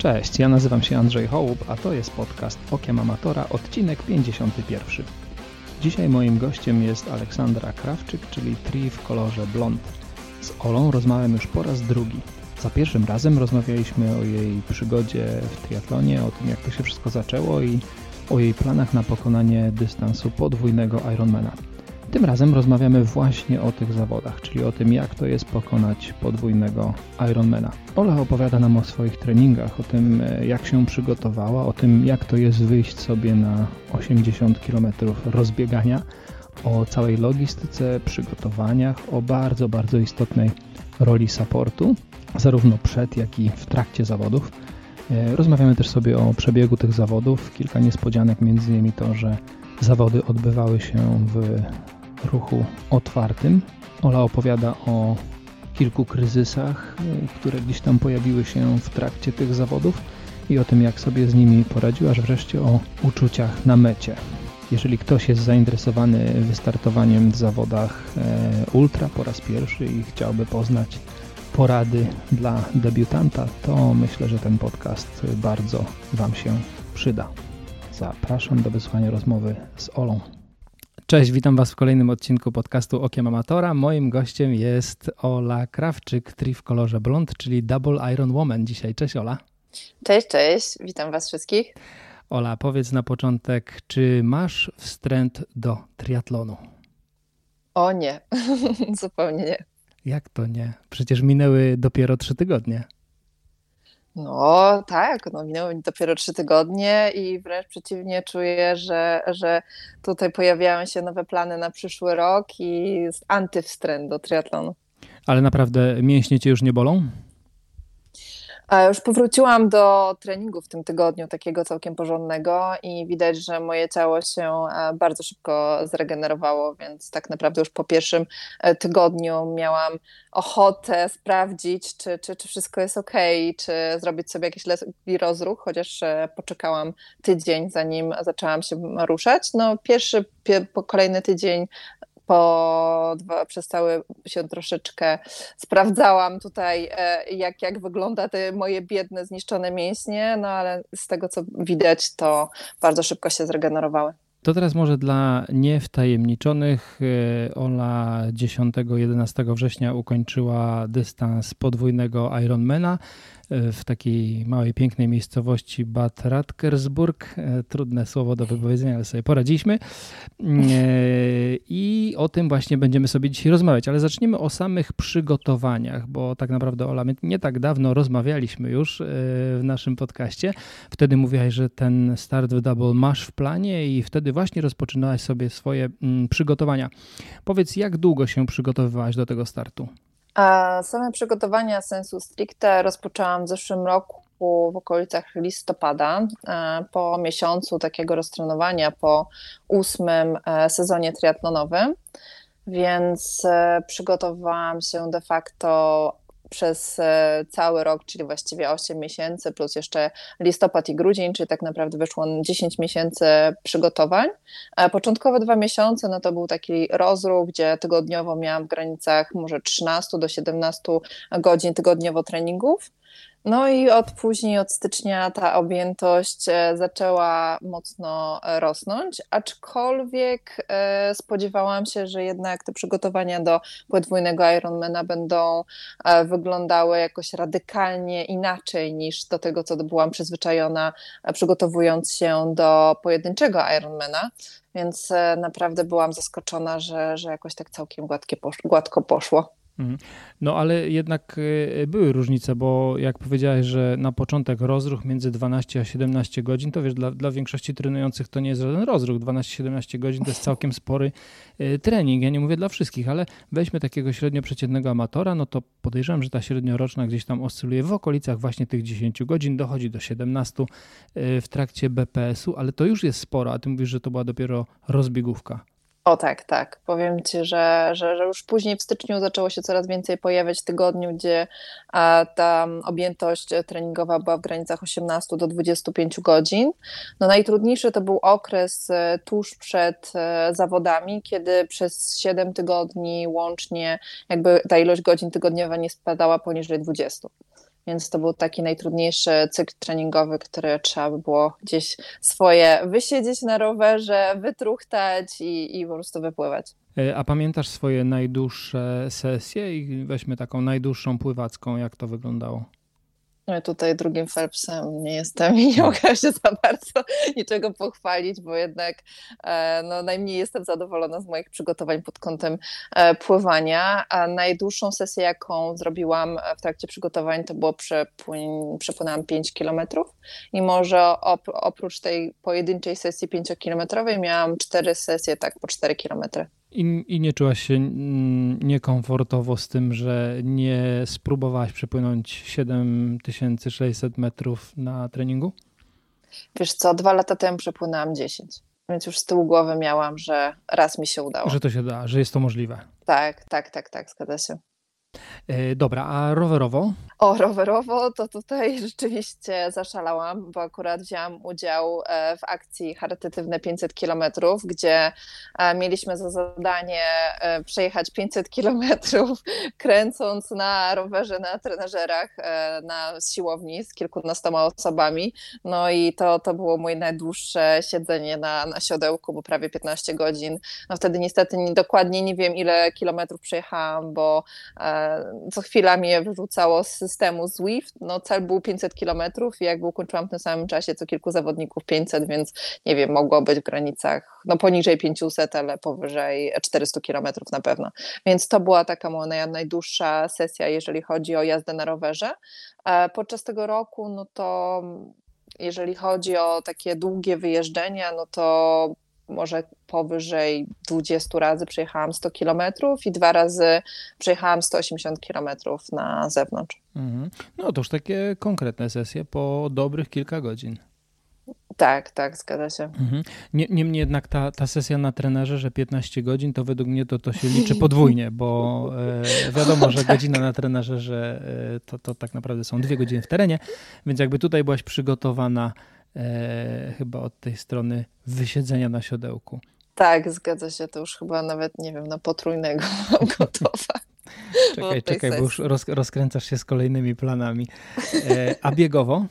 Cześć, ja nazywam się Andrzej Hołub, a to jest podcast Okiem Amatora, odcinek 51. Dzisiaj moim gościem jest Aleksandra Krawczyk, czyli Tri w kolorze blond. Z Olą rozmawiam już po raz drugi. Za pierwszym razem rozmawialiśmy o jej przygodzie w triatlonie, o tym jak to się wszystko zaczęło i o jej planach na pokonanie dystansu podwójnego Ironmana. Tym razem rozmawiamy właśnie o tych zawodach, czyli o tym, jak to jest pokonać podwójnego Ironmana. Ola opowiada nam o swoich treningach, o tym, jak się przygotowała, o tym, jak to jest wyjść sobie na 80 km rozbiegania, o całej logistyce, przygotowaniach, o bardzo, bardzo istotnej roli supportu, zarówno przed, jak i w trakcie zawodów. Rozmawiamy też sobie o przebiegu tych zawodów, kilka niespodzianek, między innymi to, że zawody odbywały się w ruchu otwartym. Ola opowiada o kilku kryzysach, które gdzieś tam pojawiły się w trakcie tych zawodów i o tym, jak sobie z nimi poradziła, aż wreszcie o uczuciach na mecie. Jeżeli ktoś jest zainteresowany wystartowaniem w zawodach ultra po raz pierwszy i chciałby poznać porady dla debiutanta, to myślę, że ten podcast bardzo Wam się przyda. Zapraszam do wysłuchania rozmowy z Olą. Cześć, witam Was w kolejnym odcinku podcastu Okiem Amatora. Moim gościem jest Ola Krawczyk, Tri w kolorze blond, czyli Double Iron Woman dzisiaj. Cześć Ola. Cześć, witam Was wszystkich. Ola, powiedz na początek, czy masz wstręt do triatlonu? O nie, zupełnie nie. Jak to nie? Przecież minęły dopiero 3 tygodnie. No tak, minęły dopiero 3 tygodnie i wręcz przeciwnie czuję, że tutaj pojawiają się nowe plany na przyszły rok i jest antywstręt do triatlonu. Ale naprawdę mięśnie Cię już nie bolą? Już powróciłam do treningu w tym tygodniu, takiego całkiem porządnego i widać, że moje ciało się bardzo szybko zregenerowało, więc tak naprawdę już po pierwszym tygodniu miałam ochotę sprawdzić, czy wszystko jest okej, czy zrobić sobie jakiś lekki rozruch, chociaż poczekałam tydzień, zanim zaczęłam się ruszać. Kolejny tydzień przez cały się troszeczkę sprawdzałam tutaj, jak wygląda te moje biedne, zniszczone mięśnie, no ale z tego, co widać, to bardzo szybko się zregenerowały. To teraz może dla niewtajemniczonych. Ola 10-11 września ukończyła dystans podwójnego Ironmana w takiej małej, pięknej miejscowości Bad Radkersburg. Trudne słowo do wypowiedzenia, ale sobie poradziliśmy. I o tym właśnie będziemy sobie dzisiaj rozmawiać. Ale zacznijmy o samych przygotowaniach, bo tak naprawdę, Ola, my nie tak dawno rozmawialiśmy już w naszym podcaście. Wtedy mówiłaś, że ten start w double masz w planie i wtedy właśnie rozpoczynałaś sobie swoje przygotowania. Powiedz, jak długo się przygotowywałaś do tego startu? Same przygotowania sensu stricte rozpoczęłam w zeszłym roku w okolicach listopada, po miesiącu takiego roztrenowania, po 8. sezonie triatlonowym, więc przygotowałam się de facto przez cały rok, czyli właściwie 8 miesięcy, plus jeszcze listopad i grudzień, czyli tak naprawdę wyszło 10 miesięcy przygotowań. Początkowe 2 miesiące, no to był taki rozruch, gdzie tygodniowo miałam w granicach może 13 do 17 godzin tygodniowo treningów. No i później od stycznia ta objętość zaczęła mocno rosnąć, aczkolwiek spodziewałam się, że jednak te przygotowania do podwójnego Ironmana będą wyglądały jakoś radykalnie inaczej niż do tego, co byłam przyzwyczajona, przygotowując się do pojedynczego Ironmana. Więc naprawdę byłam zaskoczona, że jakoś tak całkiem gładko poszło. No ale jednak były różnice, bo jak powiedziałeś, że na początek rozruch między 12 a 17 godzin, to wiesz, dla większości trenujących to nie jest żaden rozruch. 12-17 godzin to jest całkiem spory trening. Ja nie mówię dla wszystkich, ale weźmy takiego średnio przeciętnego amatora, no to podejrzewam, że ta średnioroczna gdzieś tam oscyluje w okolicach właśnie tych 10 godzin, dochodzi do 17 w trakcie BPS-u, ale to już jest sporo, a ty mówisz, że to była dopiero rozbiegówka. O tak. Powiem Ci, że już później w styczniu zaczęło się coraz więcej pojawiać w tygodniu, gdzie ta objętość treningowa była w granicach 18 do 25 godzin. No najtrudniejszy to był okres tuż przed zawodami, kiedy przez 7 tygodni łącznie jakby ta ilość godzin tygodniowa nie spadała poniżej 20. więc to był taki najtrudniejszy cykl treningowy, który trzeba by było gdzieś swoje wysiedzieć na rowerze, wytruchtać i po prostu wypływać. A pamiętasz swoje najdłuższe sesje i weźmy taką najdłuższą pływacką, jak to wyglądało? Ja tutaj drugim Phelpsem nie jestem i nie mogę się za bardzo niczego pochwalić, bo jednak najmniej jestem zadowolona z moich przygotowań pod kątem pływania. A najdłuższą sesję, jaką zrobiłam w trakcie przygotowań, to było przepłynęłam 5 kilometrów i może oprócz tej pojedynczej sesji 5-kilometrowej miałam 4 sesje tak po 4 kilometry. I nie czułaś się niekomfortowo z tym, że nie spróbowałaś przepłynąć 7600 metrów na treningu? Wiesz co, 2 lata temu przepłynęłam 10, więc już z tyłu głowy miałam, że raz mi się udało. Że to się da, że jest to możliwe. Tak, zgadza się. Dobra, a rowerowo? Rowerowo to tutaj rzeczywiście zaszalałam, bo akurat wzięłam udział w akcji charytatywne 500 km, gdzie mieliśmy za zadanie przejechać 500 km kręcąc na rowerze, na trenażerach, na siłowni z kilkunastoma osobami. No i to było moje najdłuższe siedzenie na siodełku, bo prawie 15 godzin. No wtedy niestety dokładnie nie wiem, ile kilometrów przejechałam, bo co chwila mnie wyrzucało z systemu Zwift. No cel był 500 kilometrów i jakby ukończyłam w tym samym czasie co kilku zawodników 500, więc nie wiem, mogło być w granicach poniżej 500, ale powyżej 400 kilometrów na pewno. Więc to była taka moja najdłuższa sesja, jeżeli chodzi o jazdę na rowerze. Podczas tego roku, no to jeżeli chodzi o takie długie wyjeżdżenia, no to może powyżej 20 razy przejechałam 100 kilometrów i 2 razy przejechałam 180 kilometrów na zewnątrz. No to już takie konkretne sesje po dobrych kilka godzin. Tak, zgadza się. Niemniej jednak ta sesja na trenerze, że 15 godzin, to według mnie to się liczy podwójnie, bo wiadomo, że godzina na trenerze, że to tak naprawdę są 2 godziny w terenie, więc jakby tutaj byłaś przygotowana chyba od tej strony wysiedzenia na siodełku. Tak, zgadza się, to już chyba nawet, nie wiem, na potrójnego gotowa. Czekaj, bo już rozkręcasz się z kolejnymi planami. A biegowo?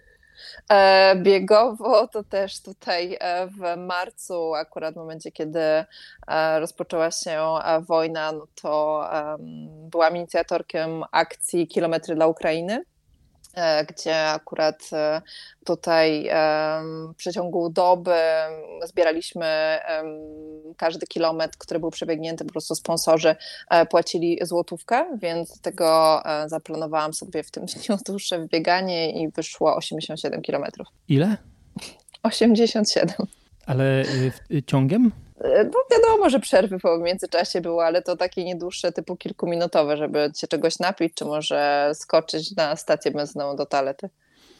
Biegowo to też tutaj w marcu, akurat w momencie, kiedy rozpoczęła się wojna, no to byłam inicjatorkiem akcji Kilometry dla Ukrainy, gdzie akurat tutaj w przeciągu doby zbieraliśmy każdy kilometr, który był przebiegnięty, po prostu sponsorzy płacili złotówkę, więc tego zaplanowałam sobie w tym dniu dłuższe bieganie i wyszło 87 kilometrów. Ile? 87. Ale ciągiem? No wiadomo, że przerwy po międzyczasie były, ale to takie niedłuższe, typu kilkuminutowe, żeby się czegoś napić, czy może skoczyć na stację benzynową do toalety.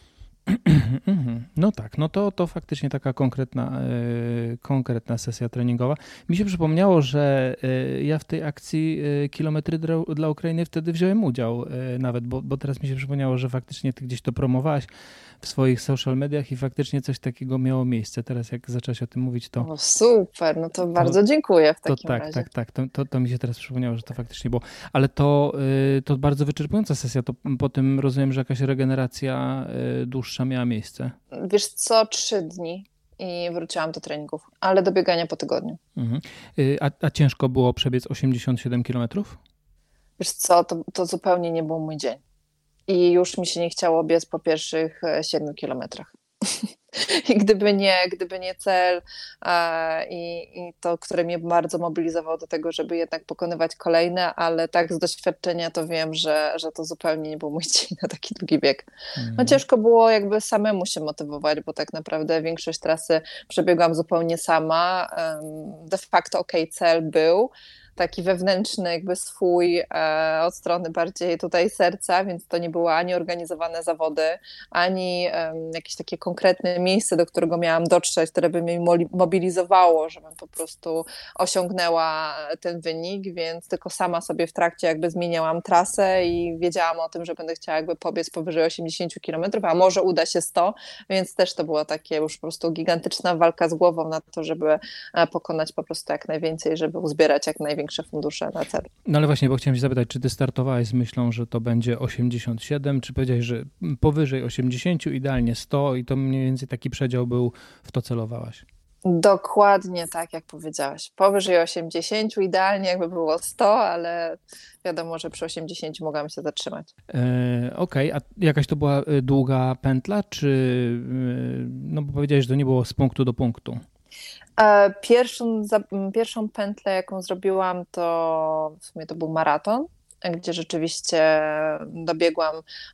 No tak, no to faktycznie taka konkretna sesja treningowa. Mi się przypomniało, że ja w tej akcji Kilometry dla Ukrainy wtedy wziąłem udział nawet, bo teraz mi się przypomniało, że faktycznie ty gdzieś to promowałaś w swoich social mediach i faktycznie coś takiego miało miejsce. Teraz jak zaczęłaś o tym mówić, to... O, super, no to bardzo dziękuję w takim razie. Tak, to mi się teraz przypomniało, że to faktycznie było. Ale to bardzo wyczerpująca sesja, to po tym rozumiem, że jakaś regeneracja dłuższa miała miejsce. Wiesz co, 3 dni i wróciłam do treningów, ale do biegania po tygodniu. A ciężko było przebiec 87 kilometrów? Wiesz co, to zupełnie nie był mój dzień. I już mi się nie chciało biec po pierwszych 7 kilometrach. I gdyby nie cel i to, które mnie bardzo mobilizowało do tego, żeby jednak pokonywać kolejne, ale tak z doświadczenia to wiem, że to zupełnie nie był mój dzień na taki długi bieg. No ciężko było jakby samemu się motywować, bo tak naprawdę większość trasy przebiegłam zupełnie sama. De facto cel był taki wewnętrzny, jakby swój, od strony bardziej tutaj serca, więc to nie były ani organizowane zawody, ani jakieś takie konkretne miejsce, do którego miałam dotrzeć, które by mnie mobilizowało, żebym po prostu osiągnęła ten wynik, więc tylko sama sobie w trakcie jakby zmieniałam trasę i wiedziałam o tym, że będę chciała jakby pobiec powyżej 80 km, a może uda się 100, więc też to była takie już po prostu gigantyczna walka z głową na to, żeby pokonać po prostu jak najwięcej, żeby uzbierać jak największy większe fundusze na cel. No ale właśnie, bo chciałem się zapytać, czy ty startowałaś z myślą, że to będzie 87, czy powiedziałeś, że powyżej 80, idealnie 100 i to mniej więcej taki przedział był, w to celowałaś? Dokładnie tak, jak powiedziałaś. Powyżej 80, idealnie jakby było 100, ale wiadomo, że przy 80 mogłam się zatrzymać. Okej, a jakaś to była długa pętla, czy, no bo powiedziałeś, że to nie było z punktu do punktu? Pierwszą pętlę, jaką zrobiłam, to w sumie to był maraton, gdzie rzeczywiście dobiegłam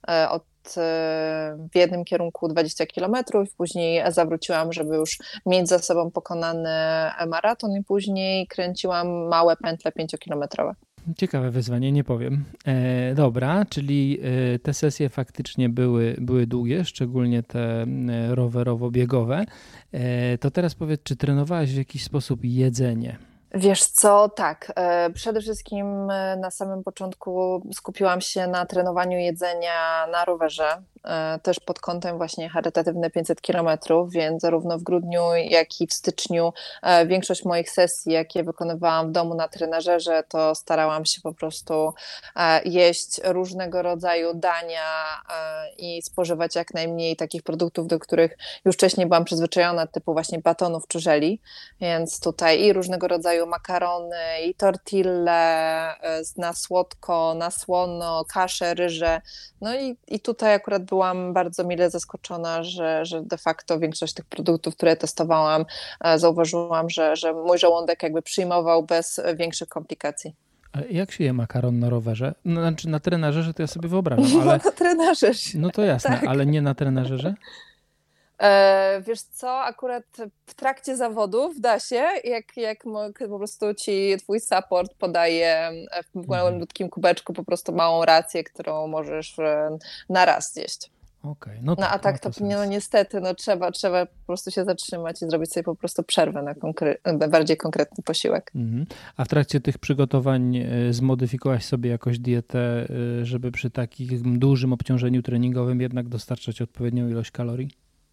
w jednym kierunku 20 kilometrów, później zawróciłam, żeby już mieć za sobą pokonany maraton i później kręciłam małe pętle 5-kilometrowe. Ciekawe wyzwanie, nie powiem. Dobra, czyli te sesje faktycznie były długie, szczególnie te rowerowo-biegowe. To teraz powiedz, czy trenowałaś w jakiś sposób jedzenie? Wiesz co, tak. Przede wszystkim na samym początku skupiłam się na trenowaniu jedzenia na rowerze, też pod kątem właśnie charytatywne 500 kilometrów, więc zarówno w grudniu, jak i w styczniu większość moich sesji, jakie wykonywałam w domu na trenażerze, to starałam się po prostu jeść różnego rodzaju dania i spożywać jak najmniej takich produktów, do których już wcześniej byłam przyzwyczajona, typu właśnie batonów czy żeli, więc tutaj i różnego rodzaju makarony, i tortille, na słodko, na słono, kasze, ryże. No i tutaj akurat byłam bardzo mile zaskoczona, że de facto większość tych produktów, które testowałam, zauważyłam, że mój żołądek jakby przyjmował bez większych komplikacji. Ale jak się je makaron na rowerze? No, znaczy na trenażerze to ja sobie wyobrażam, ale... Na trenażerze. No to jasne, Tak. ale nie na trenażerze? Wiesz co, akurat w trakcie zawodów da się, jak po prostu ci twój support podaje w malutkim kubeczku po prostu małą rację, którą możesz na raz zjeść. Okej, No tak, a tak to sens. niestety trzeba po prostu się zatrzymać i zrobić sobie po prostu przerwę na bardziej konkretny posiłek. Mhm. A w trakcie tych przygotowań zmodyfikowałaś sobie jakoś dietę, żeby przy takim dużym obciążeniu treningowym jednak dostarczać odpowiednią ilość kalorii?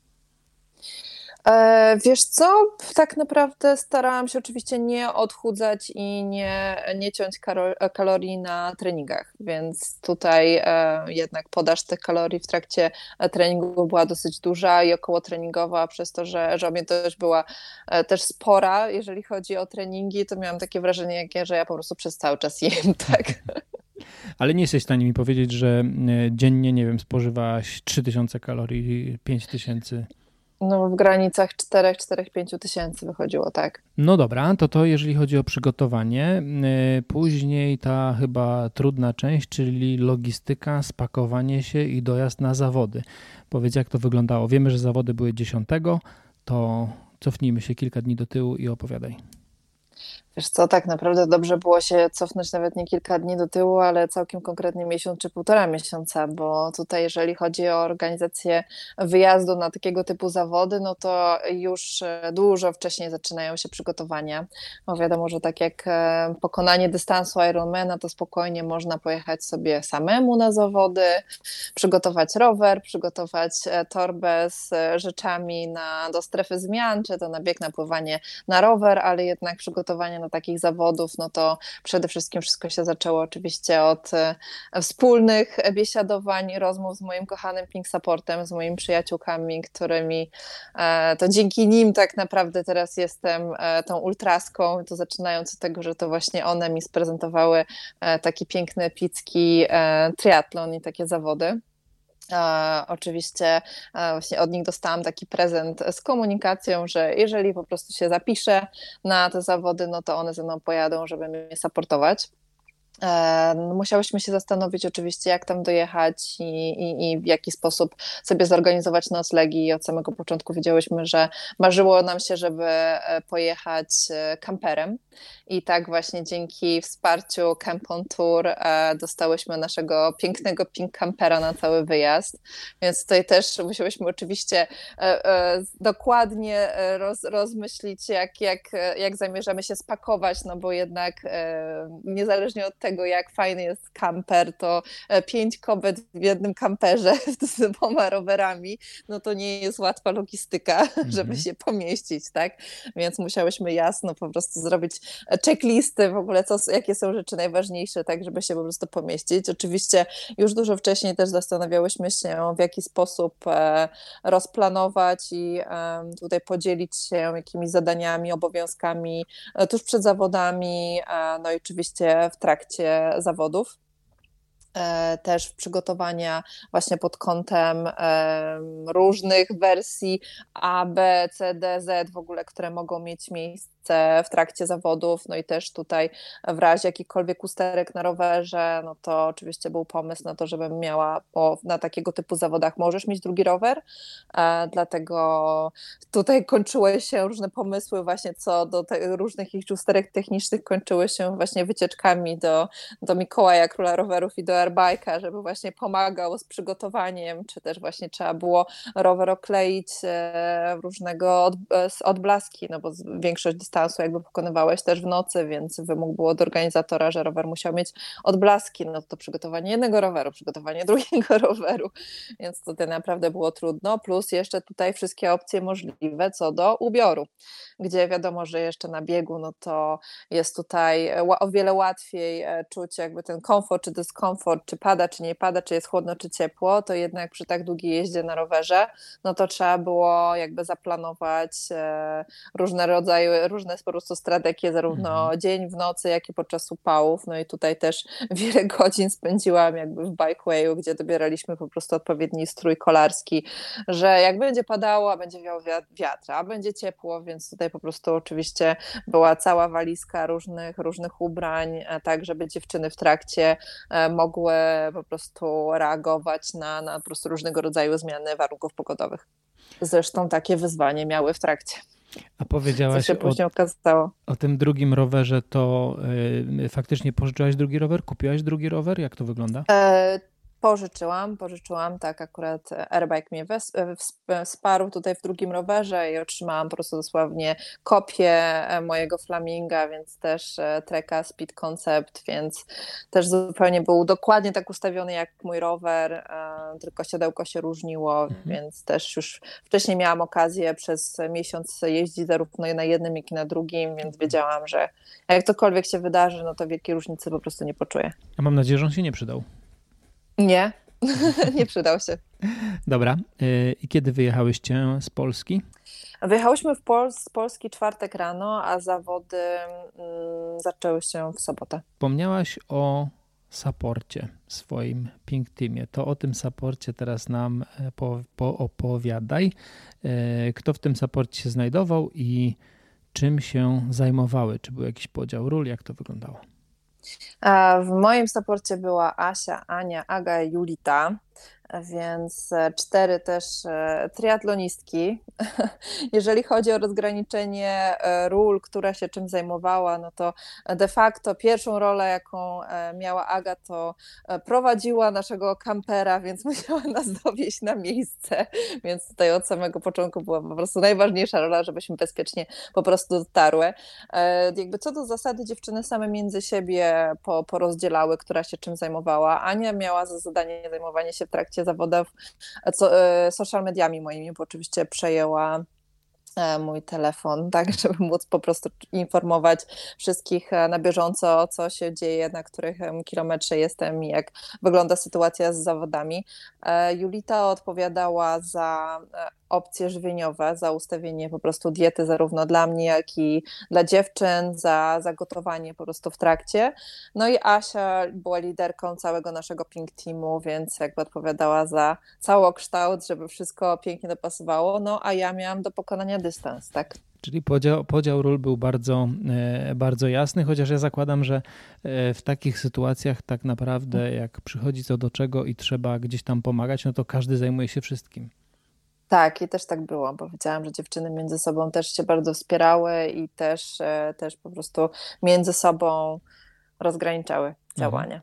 Wiesz co, tak naprawdę starałam się oczywiście nie odchudzać i nie ciąć kalorii na treningach, więc tutaj jednak podaż tych kalorii w trakcie treningu była dosyć duża i okołotreningowa, przez to, że objętość była też spora, jeżeli chodzi o treningi, to miałam takie wrażenie, że ja po prostu przez cały czas jem, tak. Ale nie jesteś w stanie mi powiedzieć, że dziennie, nie wiem, spożywałaś 3000 kalorii, 5000. No w granicach 4-5 tysięcy wychodziło, tak. No dobra, to jeżeli chodzi o przygotowanie, później ta chyba trudna część, czyli logistyka, spakowanie się i dojazd na zawody. Powiedz, jak to wyglądało. Wiemy, że zawody były 10, to cofnijmy się kilka dni do tyłu i opowiadaj. Wiesz co, tak naprawdę dobrze było się cofnąć nawet nie kilka dni do tyłu, ale całkiem konkretnie miesiąc czy 1,5 miesiąca, bo tutaj jeżeli chodzi o organizację wyjazdu na takiego typu zawody, no to już dużo wcześniej zaczynają się przygotowania, bo wiadomo, że tak jak pokonanie dystansu Ironmana, to spokojnie można pojechać sobie samemu na zawody, przygotować rower, przygotować torbę z rzeczami do strefy zmian, czy to na bieg, na pływanie, na rower, ale jednak przygotowanie do takich zawodów, no to przede wszystkim wszystko się zaczęło oczywiście od wspólnych biesiadowań, rozmów z moim kochanym Pink Supportem, z moimi przyjaciółkami, którymi to dzięki nim tak naprawdę teraz jestem tą ultraską, to zaczynając od tego, że to właśnie one mi sprezentowały taki piękny epicki triatlon i takie zawody. Oczywiście właśnie od nich dostałam taki prezent z komunikacją, że jeżeli po prostu się zapiszę na te zawody, no to one ze mną pojadą, żeby mnie supportować. Musiałyśmy się zastanowić oczywiście, jak tam dojechać i w jaki sposób sobie zorganizować noclegi i od samego początku wiedziałyśmy, że marzyło nam się, żeby pojechać kamperem i tak właśnie dzięki wsparciu Camp on Tour dostałyśmy naszego pięknego Pink Campera na cały wyjazd, więc tutaj też musiałyśmy oczywiście dokładnie rozmyślić, jak zamierzamy się spakować, no bo jednak niezależnie od tego, tego, jak fajny jest kamper, to 5 kobiet w jednym kamperze z 2 rowerami, no to nie jest łatwa logistyka, żeby się pomieścić, tak? Więc musiałyśmy jasno po prostu zrobić checklisty w ogóle, jakie są rzeczy najważniejsze, tak, żeby się po prostu pomieścić. Oczywiście już dużo wcześniej też zastanawiałyśmy się, w jaki sposób rozplanować i tutaj podzielić się jakimiś zadaniami, obowiązkami tuż przed zawodami, no i oczywiście w trakcie zawodów. Też przygotowania właśnie pod kątem różnych wersji A, B, C, D, Z w ogóle, które mogą mieć miejsce w trakcie zawodów, no i też tutaj w razie jakichkolwiek usterek na rowerze, no to oczywiście był pomysł na to, żebym miała, na takiego typu zawodach możesz mieć drugi rower, dlatego tutaj kończyły się różne pomysły właśnie co do różnych ich usterek technicznych, kończyły się właśnie wycieczkami do Mikołaja, króla rowerów i do Airbike'a, żeby właśnie pomagał z przygotowaniem, czy też właśnie trzeba było rower okleić różnego odblaski, no bo większość dystansu jakby pokonywałeś też w nocy, więc wymóg był od organizatora, że rower musiał mieć odblaski, no to przygotowanie jednego roweru, przygotowanie drugiego roweru, więc tutaj naprawdę było trudno, plus jeszcze tutaj wszystkie opcje możliwe co do ubioru, gdzie wiadomo, że jeszcze na biegu, no to jest tutaj o wiele łatwiej czuć jakby ten komfort czy dyskomfort, czy pada, czy nie pada, czy jest chłodno, czy ciepło, to jednak przy tak długiej jeździe na rowerze, no to trzeba było jakby zaplanować różne po prostu strategie, zarówno dzień, w nocy, jak i podczas upałów, no i tutaj też wiele godzin spędziłam jakby w bikewayu, gdzie dobieraliśmy po prostu odpowiedni strój kolarski, że jak będzie padało, a będzie wiał wiatr, a będzie ciepło, więc tutaj po prostu oczywiście była cała walizka różnych ubrań, tak żeby dziewczyny w trakcie mogły po prostu reagować na po prostu różnego rodzaju zmiany warunków pogodowych. Zresztą takie wyzwanie miały w trakcie. A powiedziałaś co się później okazało. O tym drugim rowerze, to faktycznie pożyczyłaś drugi rower? Kupiłaś drugi rower? Jak to wygląda? Pożyczyłam, tak, akurat Airbike mnie wsparł tutaj w drugim rowerze i otrzymałam po prostu dosłownie kopię mojego Flaminga, więc też Treka Speed Concept, więc też zupełnie był dokładnie tak ustawiony jak mój rower, tylko siodełko się różniło, więc też już wcześniej miałam okazję przez miesiąc jeździć zarówno na jednym, jak i na drugim, więc wiedziałam, że jak cokolwiek się wydarzy, no to wielkiej różnicy po prostu nie poczuję. A mam nadzieję, że on się nie przydał. Nie, nie przydał się. Dobra. I kiedy wyjechałyście z Polski? Wyjechałyśmy z Polski czwartek rano, a zawody zaczęły się w sobotę. Wspomniałaś o supporcie, swoim Pink Teamie. To o tym supporcie teraz nam opowiadaj. Kto w tym supporcie się znajdował i czym się zajmowały? Czy był jakiś podział ról? Jak to wyglądało? W moim supporcie była Asia, Ania, Aga i Julita, więc 4 też triatlonistki. Jeżeli chodzi o rozgraniczenie ról, która się czym zajmowała, no to de facto pierwszą rolę, jaką miała Aga, to prowadziła naszego kampera, więc musiała nas dowieźć na miejsce, więc tutaj od samego początku była po prostu najważniejsza rola, żebyśmy bezpiecznie po prostu dotarły. Jakby co do zasady dziewczyny same między siebie porozdzielały, która się czym zajmowała. Ania miała za zadanie zajmowanie się w trakcie zawodów social mediami moimi, bo oczywiście przejęła mój telefon, tak, żeby móc po prostu informować wszystkich na bieżąco, co się dzieje, na których kilometrze jestem i jak wygląda sytuacja z zawodami. Julita odpowiadała za opcje żywieniowe, za ustawienie po prostu diety zarówno dla mnie, jak i dla dziewczyn, za gotowanie po prostu w trakcie. No i Asia była liderką całego naszego Pink Teamu, więc jakby odpowiadała za całokształt, żeby wszystko pięknie dopasowało, no a ja miałam do pokonania dystans, tak? Czyli podział ról był bardzo, bardzo jasny, chociaż ja zakładam, że w takich sytuacjach tak naprawdę jak przychodzi co do czego i trzeba gdzieś tam pomagać, no to każdy zajmuje się wszystkim. Tak, i też tak było, bo widziałam, że dziewczyny między sobą też się bardzo wspierały i też po prostu między sobą rozgraniczały działania.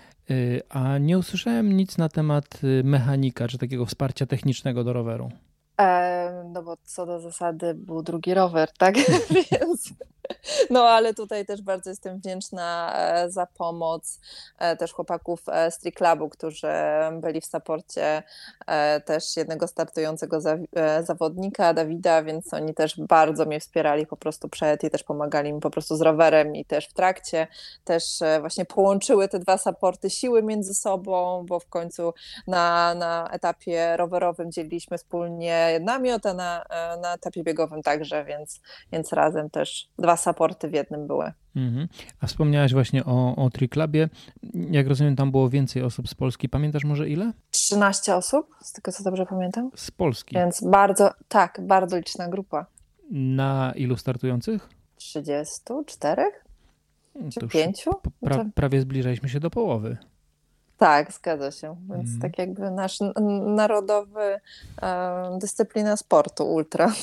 A nie usłyszałem nic na temat mechanika, czy takiego wsparcia technicznego do roweru. No bo co do zasady był drugi rower, tak? Więc No ale tutaj też bardzo jestem wdzięczna za pomoc też chłopaków z Tri Clubu, którzy byli w supporcie też jednego startującego zawodnika, Dawida, więc oni też bardzo mnie wspierali po prostu przed i też pomagali mi po prostu z rowerem i też w trakcie. Też właśnie połączyły te dwa supporty siły między sobą, bo w końcu na etapie rowerowym dzieliliśmy wspólnie namiot, a na etapie biegowym także, więc razem też dwa supporty w jednym były. Mhm. A wspomniałaś właśnie o Tri Clubie. Jak rozumiem, tam było więcej osób z Polski. Pamiętasz może ile? 13 osób, z tego co dobrze pamiętam. Z Polski. Więc bardzo liczna grupa. Na ilu startujących? 34 czy 5? Prawie zbliżaliśmy się do połowy. Tak, zgadza się. Więc tak jakby nasz narodowy dyscyplina sportu ultra.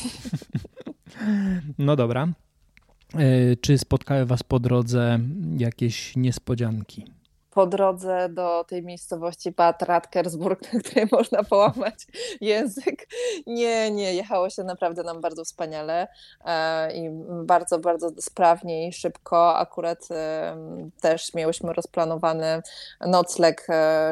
No dobra. Czy spotkały was po drodze jakieś niespodzianki? Po drodze do tej miejscowości Bad Radkersburg, na której można połamać język. Nie, jechało się naprawdę nam bardzo wspaniale i bardzo, bardzo sprawnie i szybko. Akurat też miałyśmy rozplanowany nocleg,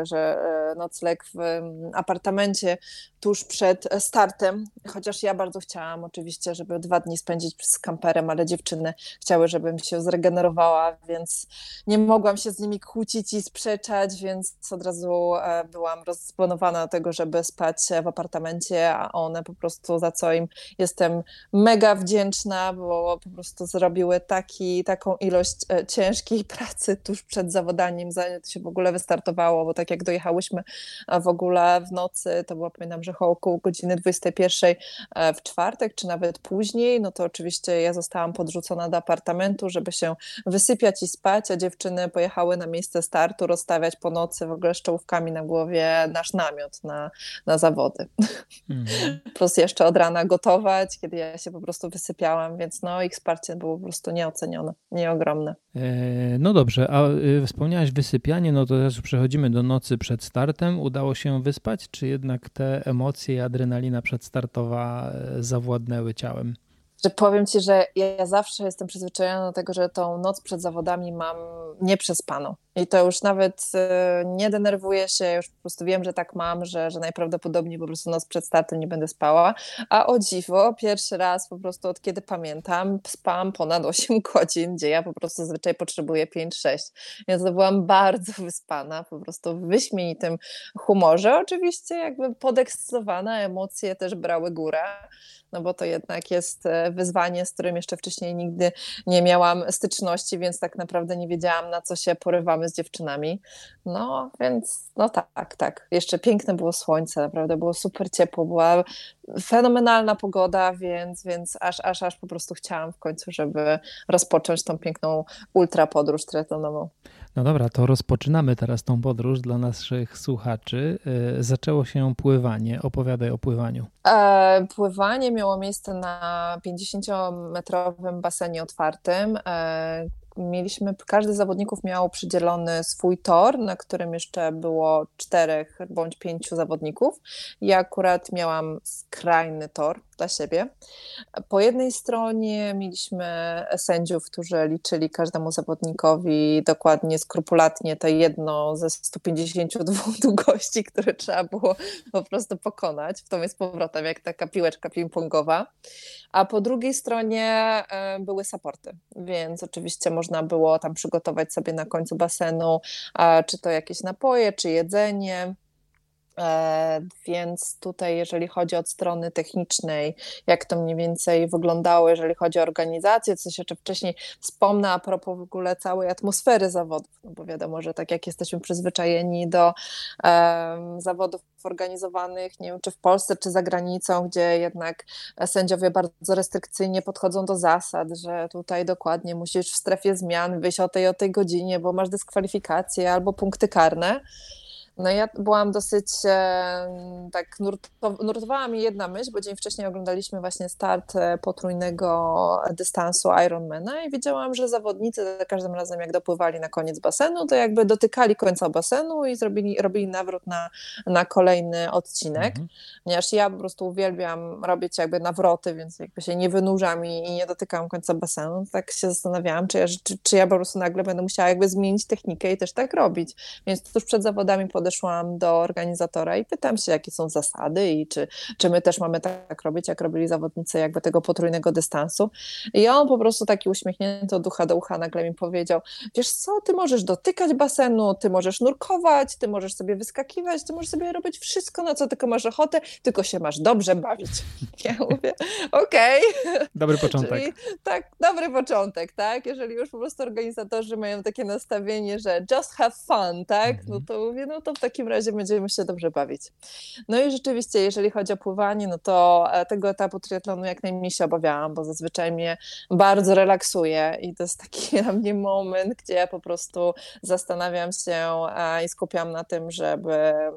nocleg w apartamencie tuż przed startem, chociaż ja bardzo chciałam oczywiście, żeby 2 dni spędzić z kamperem, ale dziewczyny chciały, żebym się zregenerowała, więc nie mogłam się z nimi kłócić i sprzeczać, więc od razu byłam rozdysponowana do tego, żeby spać w apartamencie, a one po prostu, za co im jestem mega wdzięczna, bo po prostu zrobiły taką ilość ciężkiej pracy tuż przed zawodaniem, zanim to się w ogóle wystartowało, bo tak jak dojechałyśmy w ogóle w nocy, to było, pamiętam, że około godziny 21 w czwartek, czy nawet później, no to oczywiście ja zostałam podrzucona do apartamentu, żeby się wysypiać i spać, a dziewczyny pojechały na miejsce startu rozstawiać po nocy w ogóle z czołówkami na głowie nasz namiot na zawody. Plus jeszcze od rana gotować, kiedy ja się po prostu wysypiałam, więc no ich wsparcie było po prostu nieocenione, nieogromne. No dobrze, a wspomniałaś wysypianie, no to teraz przechodzimy do nocy przed startem. Udało się wyspać, czy jednak te emocje i adrenalina przedstartowa zawładnęły ciałem? Że powiem ci, że ja zawsze jestem przyzwyczajona do tego, że tą noc przed zawodami mam nieprzespaną. I to już nawet nie denerwuję się, już po prostu wiem, że tak mam, że najprawdopodobniej po prostu noc przed startem nie będę spała. A o dziwo, pierwszy raz po prostu od kiedy pamiętam, spałam ponad 8 godzin, gdzie ja po prostu zazwyczaj potrzebuję 5-6. Więc to byłam bardzo wyspana, po prostu w wyśmienitym humorze. Oczywiście jakby podekscytowana, emocje też brały górę, no bo to jednak jest wyzwanie, z którym jeszcze wcześniej nigdy nie miałam styczności, więc tak naprawdę nie wiedziałam, na co się porywamy z dziewczynami. No więc no tak. Jeszcze piękne było słońce, naprawdę było super ciepło, była fenomenalna pogoda, więc aż po prostu chciałam w końcu, żeby rozpocząć tą piękną ultra podróż triatlonową. No dobra, to rozpoczynamy teraz tą podróż dla naszych słuchaczy. Zaczęło się pływanie. Opowiadaj o pływaniu. Pływanie miało miejsce na 50-metrowym basenie otwartym. Każdy z zawodników miał przydzielony swój tor, na którym jeszcze było 4 bądź 5 zawodników. Ja akurat miałam skrajny tor dla siebie. Po jednej stronie mieliśmy sędziów, którzy liczyli każdemu zawodnikowi dokładnie, skrupulatnie te jedno ze 152 długości, które trzeba było po prostu pokonać. W tą jest powrotem, jak taka piłeczka ping-pongowa. A po drugiej stronie były supporty, więc oczywiście można było tam przygotować sobie na końcu basenu, czy to jakieś napoje, czy jedzenie. Więc tutaj, jeżeli chodzi od strony technicznej, jak to mniej więcej wyglądało, jeżeli chodzi o organizację, coś jeszcze wcześniej wspomnę a propos w ogóle całej atmosfery zawodów, no bo wiadomo, że tak jak jesteśmy przyzwyczajeni do zawodów organizowanych, nie wiem, czy w Polsce, czy za granicą, gdzie jednak sędziowie bardzo restrykcyjnie podchodzą do zasad, że tutaj dokładnie musisz w strefie zmian wyjść o tej godzinie, bo masz dyskwalifikację albo punkty karne. No ja byłam dosyć, tak nurtowała mi jedna myśl, bo dzień wcześniej oglądaliśmy właśnie start potrójnego dystansu Ironmana i wiedziałam, że zawodnicy za każdym razem jak dopływali na koniec basenu, to jakby dotykali końca basenu i robili nawrót na kolejny odcinek, ponieważ ja po prostu uwielbiam robić jakby nawroty, więc jakby się nie wynurzam i nie dotykam końca basenu. Tak się zastanawiałam, czy ja po prostu nagle będę musiała jakby zmienić technikę i też tak robić. Więc tuż przed zawodami podeszłam do organizatora i pytam się, jakie są zasady i czy my też mamy tak robić, jak robili zawodnicy jakby tego potrójnego dystansu. I on po prostu taki uśmiechnięty od ucha do ucha nagle mi powiedział: wiesz co, ty możesz dotykać basenu, ty możesz nurkować, ty możesz sobie wyskakiwać, ty możesz sobie robić wszystko, na co tylko masz ochotę, tylko się masz dobrze bawić. Ja mówię, okej. Dobry początek. Czyli, tak, dobry początek, tak? Jeżeli już po prostu organizatorzy mają takie nastawienie, że just have fun, tak? No to mówię, no to w takim razie będziemy się dobrze bawić. No i rzeczywiście, jeżeli chodzi o pływanie, no to tego etapu triatlonu jak najmniej się obawiałam, bo zazwyczaj mnie bardzo relaksuje i to jest taki dla mnie moment, gdzie ja po prostu zastanawiam się i skupiam na tym, żeby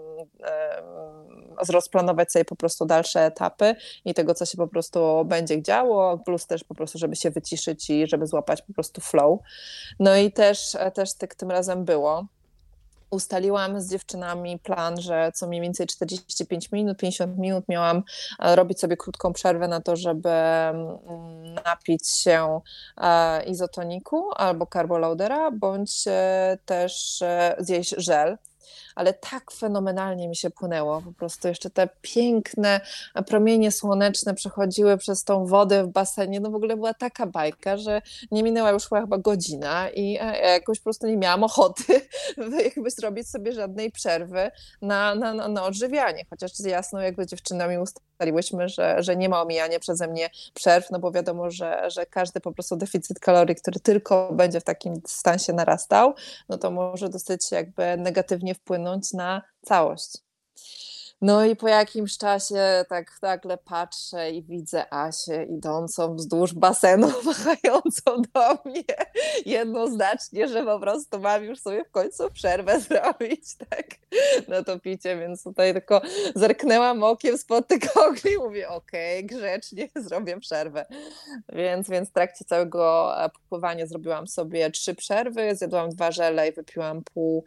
rozplanować sobie po prostu dalsze etapy i tego, co się po prostu będzie działo, plus też po prostu, żeby się wyciszyć i żeby złapać po prostu flow. No i też tak tym razem było. Ustaliłam z dziewczynami plan, że co mniej więcej 45 minut, 50 minut miałam robić sobie krótką przerwę na to, żeby napić się izotoniku albo carboloadera, bądź też zjeść żel. Ale tak fenomenalnie mi się płynęło, po prostu jeszcze te piękne promienie słoneczne przechodziły przez tą wodę w basenie, no w ogóle była taka bajka, że nie minęła już chyba godzina i ja jakoś po prostu nie miałam ochoty jakby zrobić sobie żadnej przerwy na odżywianie, chociaż jasno jakby dziewczynami ustaliłyśmy, że nie ma omijania przeze mnie przerw, no bo wiadomo, że każdy po prostu deficyt kalorii, który tylko będzie w takim dystansie narastał, no to może dosyć jakby negatywnie wpłynąć na całość. No i po jakimś czasie tak nagle patrzę i widzę Asię idącą wzdłuż basenu, machającą do mnie jednoznacznie, że po prostu mam już sobie w końcu przerwę zrobić, tak, na to picie, więc tutaj tylko zerknęłam okiem spod tych ogli i mówię, okej, grzecznie zrobię przerwę. Więc w trakcie całego pływania zrobiłam sobie 3 przerwy, zjadłam 2 żele i wypiłam pół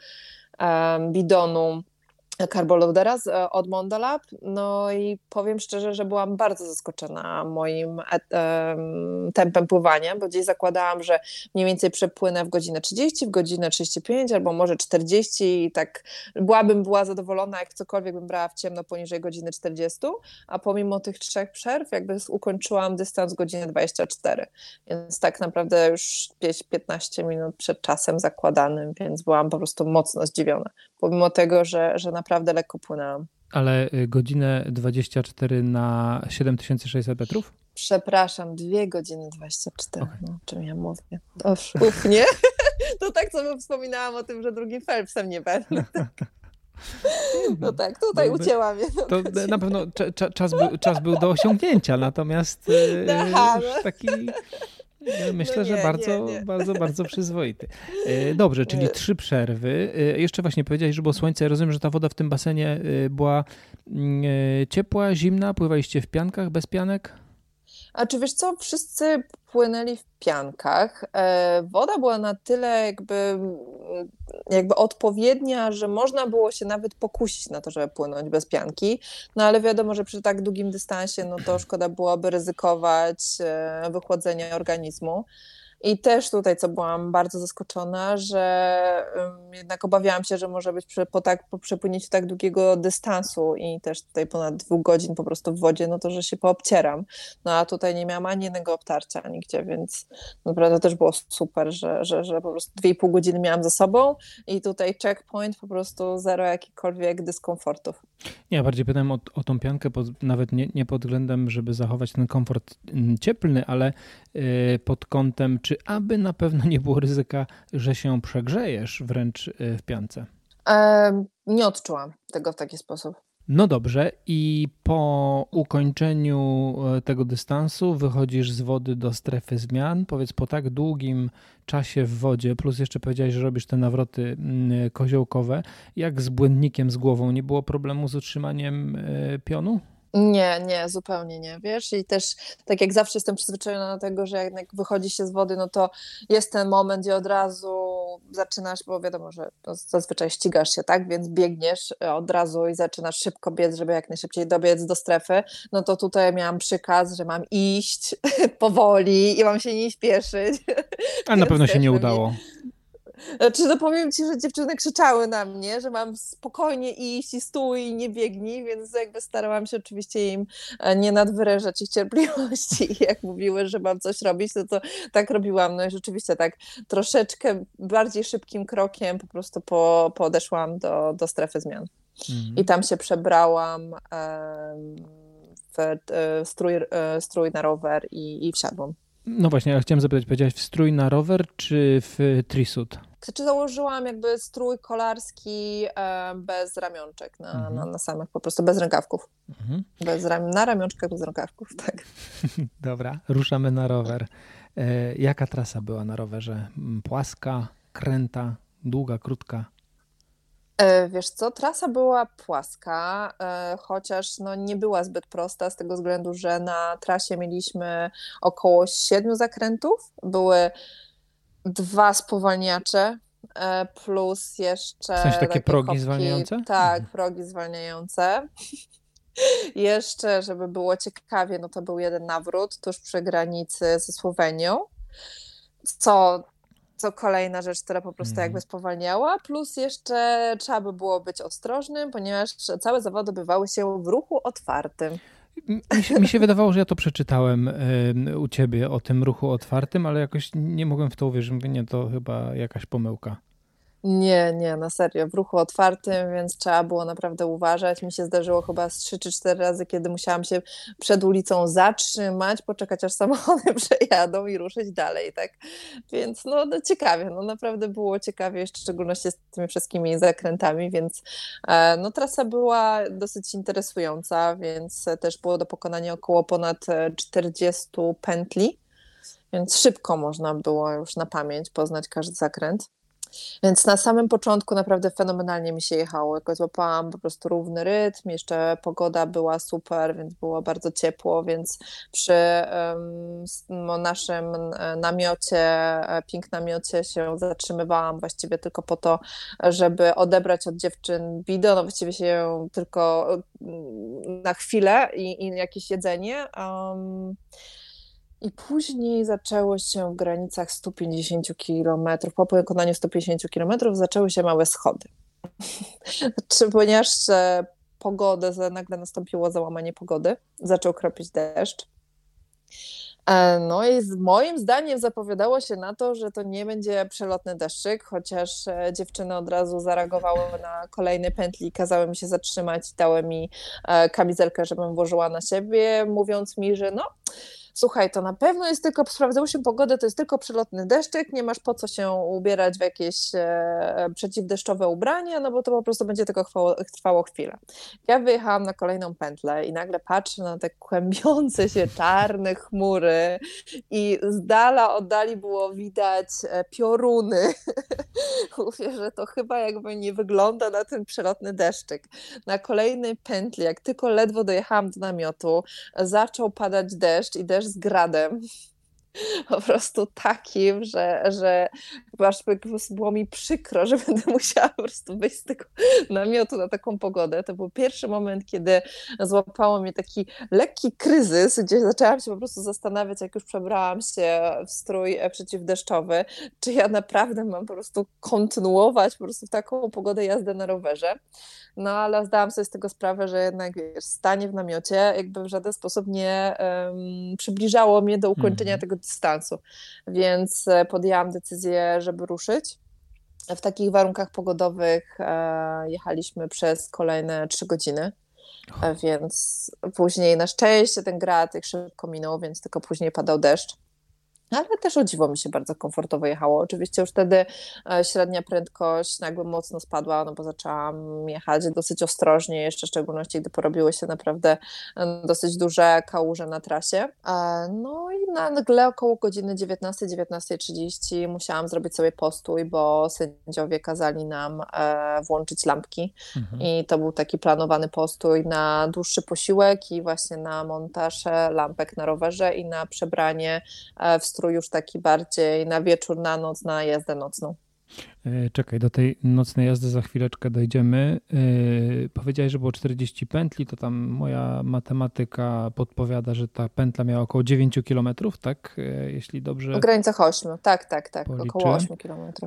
bidonu carboloadera od Mondolab. No i powiem szczerze, że byłam bardzo zaskoczona moim tempem pływania, bo gdzieś zakładałam, że mniej więcej przepłynę w godzinę 30, w godzinę 35 albo może 40 i tak była zadowolona, jak cokolwiek bym brała w ciemno poniżej godziny 40, a pomimo tych 3 przerw jakby ukończyłam dystans godzinę 24, więc tak naprawdę już 15 minut przed czasem zakładanym, więc byłam po prostu mocno zdziwiona, pomimo tego, że naprawdę lekko płynęłam. Ale godzinę 24 na 7600 metrów? Przepraszam, 2 godziny 24. Okay. No, o czym ja mówię? Nie? To tak sobie wspominałam o tym, że drugim Phelpsem nie będę. No tak, tutaj ucięłam je. To na pewno czas był do osiągnięcia, natomiast już taki... Myślę, że bardzo przyzwoity. Dobrze, czyli 3 przerwy. Jeszcze właśnie powiedziałeś, że było słońce. Ja rozumiem, że ta woda w tym basenie była ciepła, zimna. Pływaliście w piankach, bez pianek? A czy wiesz co, wszyscy płynęli w piankach. Woda była na tyle jakby odpowiednia, że można było się nawet pokusić na to, żeby płynąć bez pianki, no ale wiadomo, że przy tak długim dystansie, no to szkoda byłoby ryzykować wychłodzenia organizmu. I też tutaj, co byłam bardzo zaskoczona, że jednak obawiałam się, że może być po przepłynięciu tak długiego dystansu i też tutaj ponad 2 godzin po prostu w wodzie, no to, że się poobcieram. No a tutaj nie miałam ani jednego obtarcia nigdzie, więc naprawdę też było super, że po prostu 2,5 godziny miałam za sobą i tutaj checkpoint, po prostu zero jakichkolwiek dyskomfortów. Nie, ja bardziej pytałem o tą piankę, nawet nie pod względem, żeby zachować ten komfort cieplny, ale pod kątem, czy aby na pewno nie było ryzyka, że się przegrzejesz wręcz w piance? Nie odczułam tego w taki sposób. No dobrze, i po ukończeniu tego dystansu wychodzisz z wody do strefy zmian. Powiedz, po tak długim czasie w wodzie, plus jeszcze powiedziałeś, że robisz te nawroty koziołkowe, jak z błędnikiem z głową? Nie było problemu z utrzymaniem pionu? Nie, zupełnie nie, wiesz, i też tak jak zawsze jestem przyzwyczajona do tego, że jak wychodzi się z wody, no to jest ten moment, gdzie od razu zaczynasz, bo wiadomo, że zazwyczaj ścigasz się, tak, więc biegniesz od razu i zaczynasz szybko biec, żeby jak najszybciej dobiec do strefy, no to tutaj miałam przykaz, że mam iść powoli i mam się nie śpieszyć. A na pewno się nie udało. Znaczy, no powiem ci, że dziewczyny krzyczały na mnie, że mam spokojnie iść i stój i nie biegnij, więc jakby starałam się oczywiście im nie nadwyrężać ich cierpliwości i jak mówiły, że mam coś robić, no to tak robiłam. No i rzeczywiście tak troszeczkę bardziej szybkim krokiem po prostu podeszłam do strefy zmian. I tam się przebrałam w strój na rower i wsiadłam. No właśnie, ja chciałem zapytać, powiedziałaś w strój na rower czy w trisuit? Znaczy założyłam jakby strój kolarski bez ramionczek na samych, po prostu bez rękawków. Na ramionczkach bez rękawków, tak. Dobra, ruszamy na rower. Jaka trasa była na rowerze? Płaska, kręta, długa, krótka? Wiesz co, trasa była płaska, chociaż no nie była zbyt prosta z tego względu, że na trasie mieliśmy około 7 zakrętów. Były 2 spowalniacze, plus jeszcze... W sensie takie progi kopki, zwalniające? Tak, progi zwalniające. Jeszcze, żeby było ciekawie, no to był jeden nawrót tuż przy granicy ze Słowenią, co kolejna rzecz, która po prostu jakby spowalniała, plus jeszcze trzeba by było być ostrożnym, ponieważ całe zawody odbywały się w ruchu otwartym. Mi się wydawało, że ja to przeczytałem u ciebie o tym ruchu otwartym, ale jakoś nie mogłem w to uwierzyć. Mówię, nie, to chyba jakaś pomyłka. Nie, na serio, w ruchu otwartym, więc trzeba było naprawdę uważać. Mi się zdarzyło chyba z 3 czy 4 razy, kiedy musiałam się przed ulicą zatrzymać, poczekać aż samochody przejadą i ruszyć dalej, tak? Więc no ciekawie, no naprawdę było ciekawie, w szczególności z tymi wszystkimi zakrętami, więc no trasa była dosyć interesująca, więc też było do pokonania około ponad 40 pętli, więc szybko można było już na pamięć poznać każdy zakręt. Więc na samym początku naprawdę fenomenalnie mi się jechało. Jako złapałam po prostu równy rytm, jeszcze pogoda była super, więc było bardzo ciepło, więc przy naszym namiocie, pink namiocie się zatrzymywałam właściwie tylko po to, żeby odebrać od dziewczyn bidon, no właściwie się tylko na chwilę i jakieś jedzenie. I później zaczęło się w granicach 150 km, po pokonaniu 150 km zaczęły się małe schody. Ponieważ nagle nastąpiło załamanie pogody, zaczął kropić deszcz. No i moim zdaniem zapowiadało się na to, że to nie będzie przelotny deszczyk, chociaż dziewczyny od razu zareagowały na kolejne pętli i kazały mi się zatrzymać i dały mi kamizelkę, żebym włożyła na siebie, mówiąc mi, że no słuchaj, to na pewno jest tylko, sprawdzało się pogodę, to jest tylko przelotny deszczyk, nie masz po co się ubierać w jakieś przeciwdeszczowe ubrania, no bo to po prostu będzie tylko trwało chwilę. Ja wyjechałam na kolejną pętlę i nagle patrzę na te kłębiące się czarne chmury i z dala, oddali było widać pioruny. Mówię, że to chyba jakby nie wygląda na ten przelotny deszczyk. Na kolejnej pętli, jak tylko ledwo dojechałam do namiotu, zaczął padać deszcz i deszcz z gradem. Po prostu takim, że aż po prostu było mi przykro, że będę musiała po prostu wyjść z tego namiotu na taką pogodę. To był pierwszy moment, kiedy złapało mnie taki lekki kryzys, gdzie zaczęłam się po prostu zastanawiać, jak już przebrałam się w strój przeciwdeszczowy, czy ja naprawdę mam po prostu kontynuować po prostu taką pogodę jazdy na rowerze. No ale zdałam sobie z tego sprawę, że jednak stanie w namiocie jakby w żaden sposób nie przybliżało mnie do ukończenia tego dystansu, więc podjęłam decyzję, żeby ruszyć. W takich warunkach pogodowych jechaliśmy przez kolejne 3 godziny, więc później na szczęście ten grad szybko minął, więc tylko później padał deszcz. Ale też o dziwo mi się bardzo komfortowo jechało. Oczywiście już wtedy średnia prędkość nagle mocno spadła, no bo zaczęłam jechać dosyć ostrożnie, jeszcze w szczególności, gdy porobiły się naprawdę dosyć duże kałuże na trasie. No i nagle około godziny 19:30 musiałam zrobić sobie postój, bo sędziowie kazali nam włączyć lampki i to był taki planowany postój na dłuższy posiłek i właśnie na montaż lampek na rowerze i na przebranie w strój już taki bardziej na wieczór, na noc, na jazdę nocną. Czekaj, do tej nocnej jazdy za chwileczkę dojdziemy. Powiedziałeś, że było 40 pętli, to tam moja matematyka podpowiada, że ta pętla miała około 9 kilometrów, tak? Jeśli dobrze... W granicach 8, tak, policzyłem. około 8 kilometrów.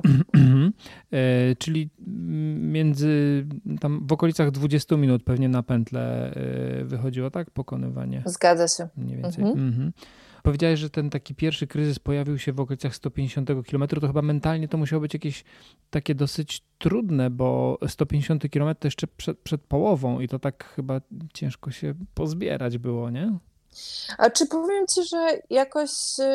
Czyli między, tam w okolicach 20 minut pewnie na pętlę wychodziło, tak? Pokonywanie. Zgadza się. Mniej więcej. Powiedziałeś, że ten taki pierwszy kryzys pojawił się w okolicach 150 km, to chyba mentalnie to musiało być jakieś takie dosyć trudne, bo 150 km to jeszcze przed połową i to tak chyba ciężko się pozbierać było, nie? A czy powiem Ci, że jakoś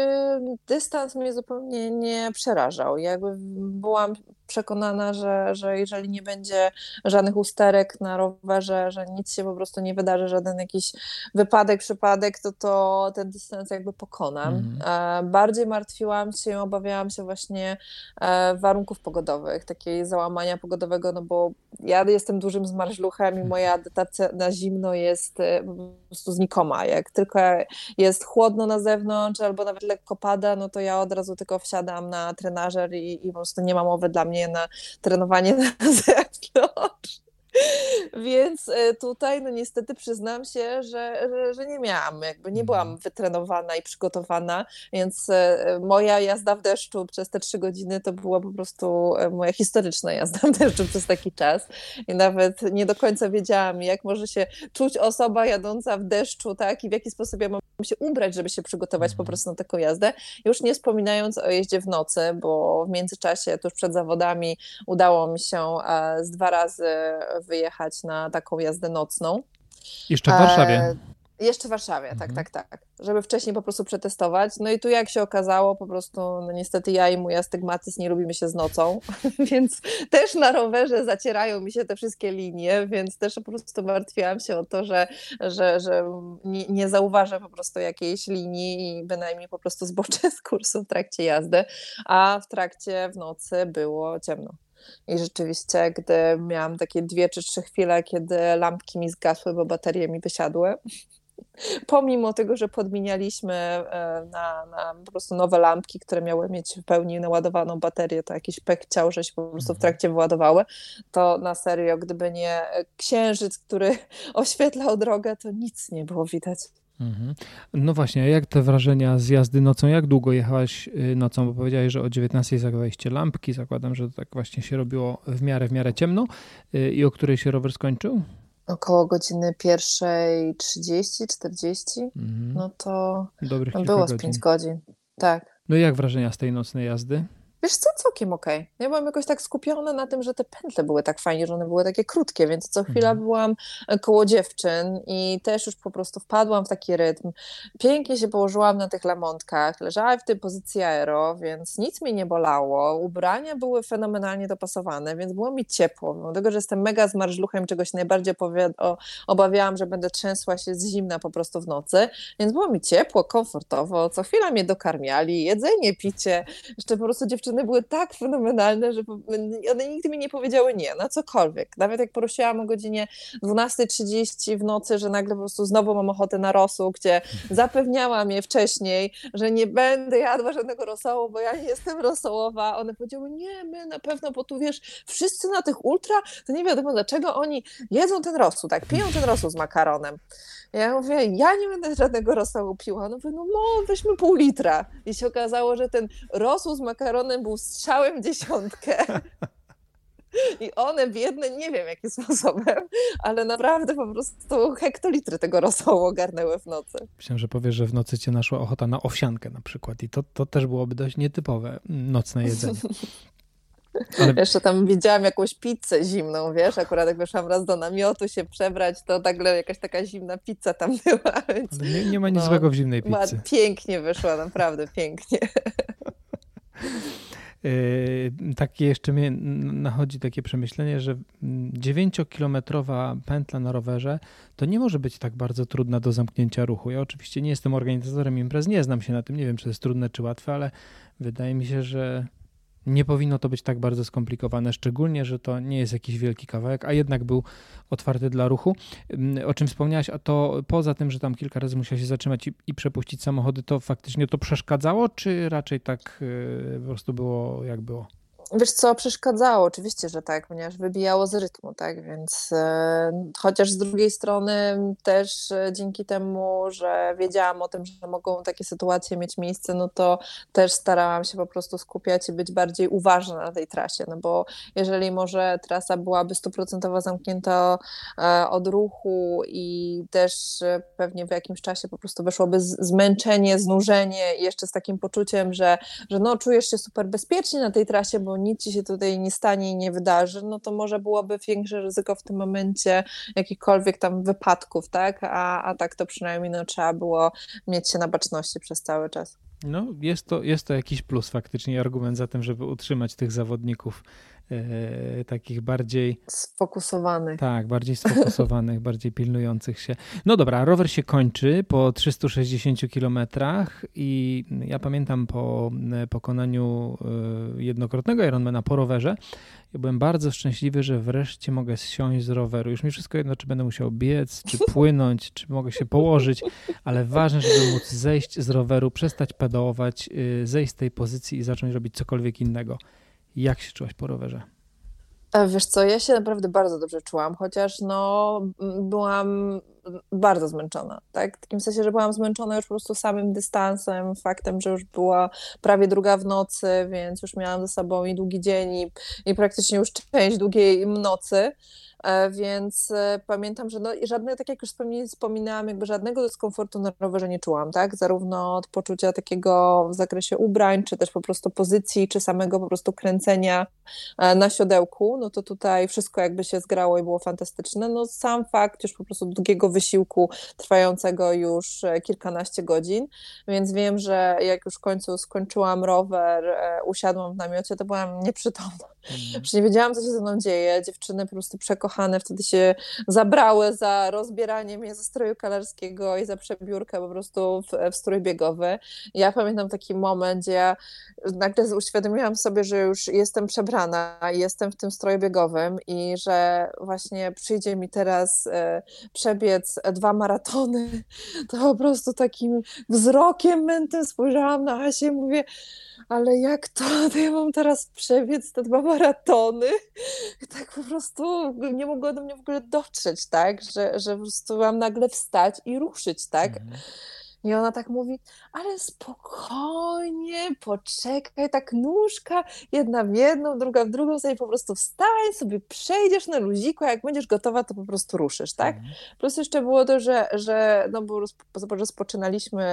dystans mnie zupełnie nie przerażał. Jakby byłam przekonana, że jeżeli nie będzie żadnych usterek na rowerze, że nic się po prostu nie wydarzy, żaden jakiś wypadek, przypadek, to ten dystans jakby pokonam. Bardziej martwiłam się, obawiałam się właśnie warunków pogodowych, takiej załamania pogodowego, no bo ja jestem dużym zmarzluchem i moja adaptacja na zimno jest po prostu znikoma. Jak tylko jest chłodno na zewnątrz albo nawet lekko pada, no to ja od razu tylko wsiadam na trenażer i po prostu nie ma mowy dla mnie na trenowanie na zewnątrz. Więc tutaj no niestety przyznam się, że nie miałam, jakby nie byłam wytrenowana i przygotowana, więc moja jazda w deszczu przez te 3 godziny to była po prostu moja historyczna jazda w deszczu przez taki czas i nawet nie do końca wiedziałam, jak może się czuć osoba jadąca w deszczu, tak, i w jaki sposób ja mam się ubrać, żeby się przygotować po prostu na taką jazdę. Już nie wspominając o jeździe w nocy, bo w międzyczasie, tuż przed zawodami udało mi się z 2 razy wyjechać na taką jazdę nocną. Jeszcze w Warszawie? Jeszcze w Warszawie, tak. Żeby wcześniej po prostu przetestować. No i tu jak się okazało, po prostu no niestety ja i mój astygmatyzm nie lubimy się z nocą, więc też na rowerze zacierają mi się te wszystkie linie, więc też po prostu martwiłam się o to, że nie zauważę po prostu jakiejś linii i bynajmniej po prostu zboczę z kursu w trakcie jazdy, a w nocy było ciemno. I rzeczywiście, gdy miałam takie 2 czy 3 chwile, kiedy lampki mi zgasły, bo baterie mi wysiadły, pomimo tego, że podmienialiśmy na po prostu nowe lampki, które miały mieć w pełni naładowaną baterię, to jakiś pech chciał, że się po prostu w trakcie wyładowały, to na serio, gdyby nie księżyc, który oświetlał drogę, to nic nie było widać. No właśnie, jak te wrażenia z jazdy nocą? Jak długo jechałaś nocą? Bo powiedziałeś, że o 19 zagraliście lampki. Zakładam, że to tak właśnie się robiło w miarę ciemno. I o której się rower skończył? Około godziny 1:30, 40. No to było z 5 godzin. Tak. No i jak wrażenia z tej nocnej jazdy? Wiesz co, całkiem okej. Ja byłam jakoś tak skupiona na tym, że te pętle były tak fajnie, że one były takie krótkie, więc co chwila byłam koło dziewczyn i też już po prostu wpadłam w taki rytm. Pięknie się położyłam na tych lamontkach, leżałam w tej pozycji aero, więc nic mi nie bolało. Ubrania były fenomenalnie dopasowane, więc było mi ciepło. Mimo tego, że jestem mega zmarzluchem, czegoś najbardziej obawiałam, że będę trzęsła się z zimna po prostu w nocy, więc było mi ciepło, komfortowo. Co chwila mnie dokarmiali, jedzenie, picie. Jeszcze po prostu dziewczyny były tak fenomenalne, że one nigdy mi nie powiedziały nie, na cokolwiek. Nawet jak prosiłam o godzinie 12:30 w nocy, że nagle po prostu znowu mam ochotę na rosół, gdzie zapewniałam je wcześniej, że nie będę jadła żadnego rosołu, bo ja nie jestem rosołowa. One powiedziały, nie, my na pewno, bo tu wiesz, wszyscy na tych ultra, to nie wiadomo dlaczego oni jedzą ten rosół, tak, piją ten rosół z makaronem. Ja mówię, ja nie będę żadnego rosołu piła. No mówię, no weźmy pół litra. I się okazało, że ten rosół z makaronem był strzałem w 10. I one biedne, nie wiem jakim sposobem, ale naprawdę po prostu hektolitry tego rosołu ogarnęły w nocy. Myślałem, że powiesz, że w nocy cię naszła ochota na owsiankę na przykład i to też byłoby dość nietypowe nocne jedzenie. Ale... Jeszcze tam widziałam jakąś pizzę zimną, wiesz, akurat jak wyszłam raz do namiotu się przebrać, to nagle jakaś taka zimna pizza tam była, więc Ale nie ma nic złego w zimnej pizzy. Pięknie wyszła, naprawdę pięknie. Takie jeszcze mnie nachodzi takie przemyślenie, że 9-kilometrowa pętla na rowerze to nie może być tak bardzo trudna do zamknięcia ruchu. Ja oczywiście nie jestem organizatorem imprez, nie znam się na tym, nie wiem, czy to jest trudne, czy łatwe, ale wydaje mi się, że nie powinno to być tak bardzo skomplikowane, szczególnie, że to nie jest jakiś wielki kawałek, a jednak był otwarty dla ruchu. O czym wspomniałaś, a to poza tym, że tam kilka razy musiała się zatrzymać i przepuścić samochody, to faktycznie to przeszkadzało, czy raczej tak po prostu było jak było? Wiesz co, przeszkadzało, oczywiście, że tak, ponieważ wybijało z rytmu, tak, więc chociaż z drugiej strony też dzięki temu, że wiedziałam o tym, że mogą takie sytuacje mieć miejsce, no to też starałam się po prostu skupiać i być bardziej uważna na tej trasie, no bo jeżeli może trasa byłaby 100% zamknięta od ruchu i też pewnie w jakimś czasie po prostu wyszłoby zmęczenie, znużenie i jeszcze z takim poczuciem, że no czujesz się super bezpiecznie na tej trasie, bo nic ci się tutaj nie stanie i nie wydarzy, no to może byłoby większe ryzyko w tym momencie jakichkolwiek tam wypadków, tak? A tak to przynajmniej no, trzeba było mieć się na baczności przez cały czas. No, jest to jakiś plus faktycznie, argument za tym, żeby utrzymać tych zawodników takich bardziej sfokusowanych. Tak, bardziej sfokusowanych, bardziej pilnujących się. No dobra, rower się kończy po 360 kilometrach i ja pamiętam po pokonaniu jednokrotnego Ironmana po rowerze, ja byłem bardzo szczęśliwy, że wreszcie mogę zsiąść z roweru. Już mi wszystko jedno, czy będę musiał biec, czy płynąć, czy mogę się położyć, ale ważne, żeby móc zejść z roweru, przestać pedałować, zejść z tej pozycji i zacząć robić cokolwiek innego. Jak się czułaś po rowerze? Wiesz co, ja się naprawdę bardzo dobrze czułam, chociaż no byłam bardzo zmęczona, tak? W takim sensie, że byłam zmęczona już po prostu samym dystansem, faktem, że już była prawie 2 w nocy, więc już miałam ze sobą i długi dzień i praktycznie już część długiej nocy. Więc pamiętam, że no, żadnego, tak jak już wspominałam, jakby żadnego dyskomfortu na rowerze nie czułam, tak? Zarówno od poczucia takiego w zakresie ubrań, czy też po prostu pozycji, czy samego po prostu kręcenia na siodełku, no to tutaj wszystko jakby się zgrało i było fantastyczne. No sam fakt już po prostu długiego wysiłku trwającego już kilkanaście godzin, więc wiem, że jak już w końcu skończyłam rower, usiadłam w namiocie, to byłam nieprzytomna. Już nie wiedziałam, co się ze mną dzieje. Dziewczyny po prostu przekochane wtedy się zabrały za rozbieranie mnie ze stroju kalarskiego i za przebiórkę po prostu w strój biegowy. Ja pamiętam taki moment, gdzie ja nagle uświadomiłam sobie, że już jestem przebrana, jestem w tym stroju biegowym i że właśnie przyjdzie mi teraz przebiec 2 maratony. To po prostu takim wzrokiem mętnym spojrzałam na Asię i mówię, ale jak to ja mam teraz przebiec te 2 maratony? I tak po prostu nie mogło do mnie w ogóle dotrzeć, tak? Że po prostu mam nagle wstać i ruszyć, tak? I ona tak mówi, ale spokojnie, poczekaj, tak nóżka, jedna w jedną, druga w drugą, sobie po prostu wstań, sobie przejdziesz na luziku, a jak będziesz gotowa, to po prostu ruszysz, tak? Plus jeszcze było to, że no bo rozpoczynaliśmy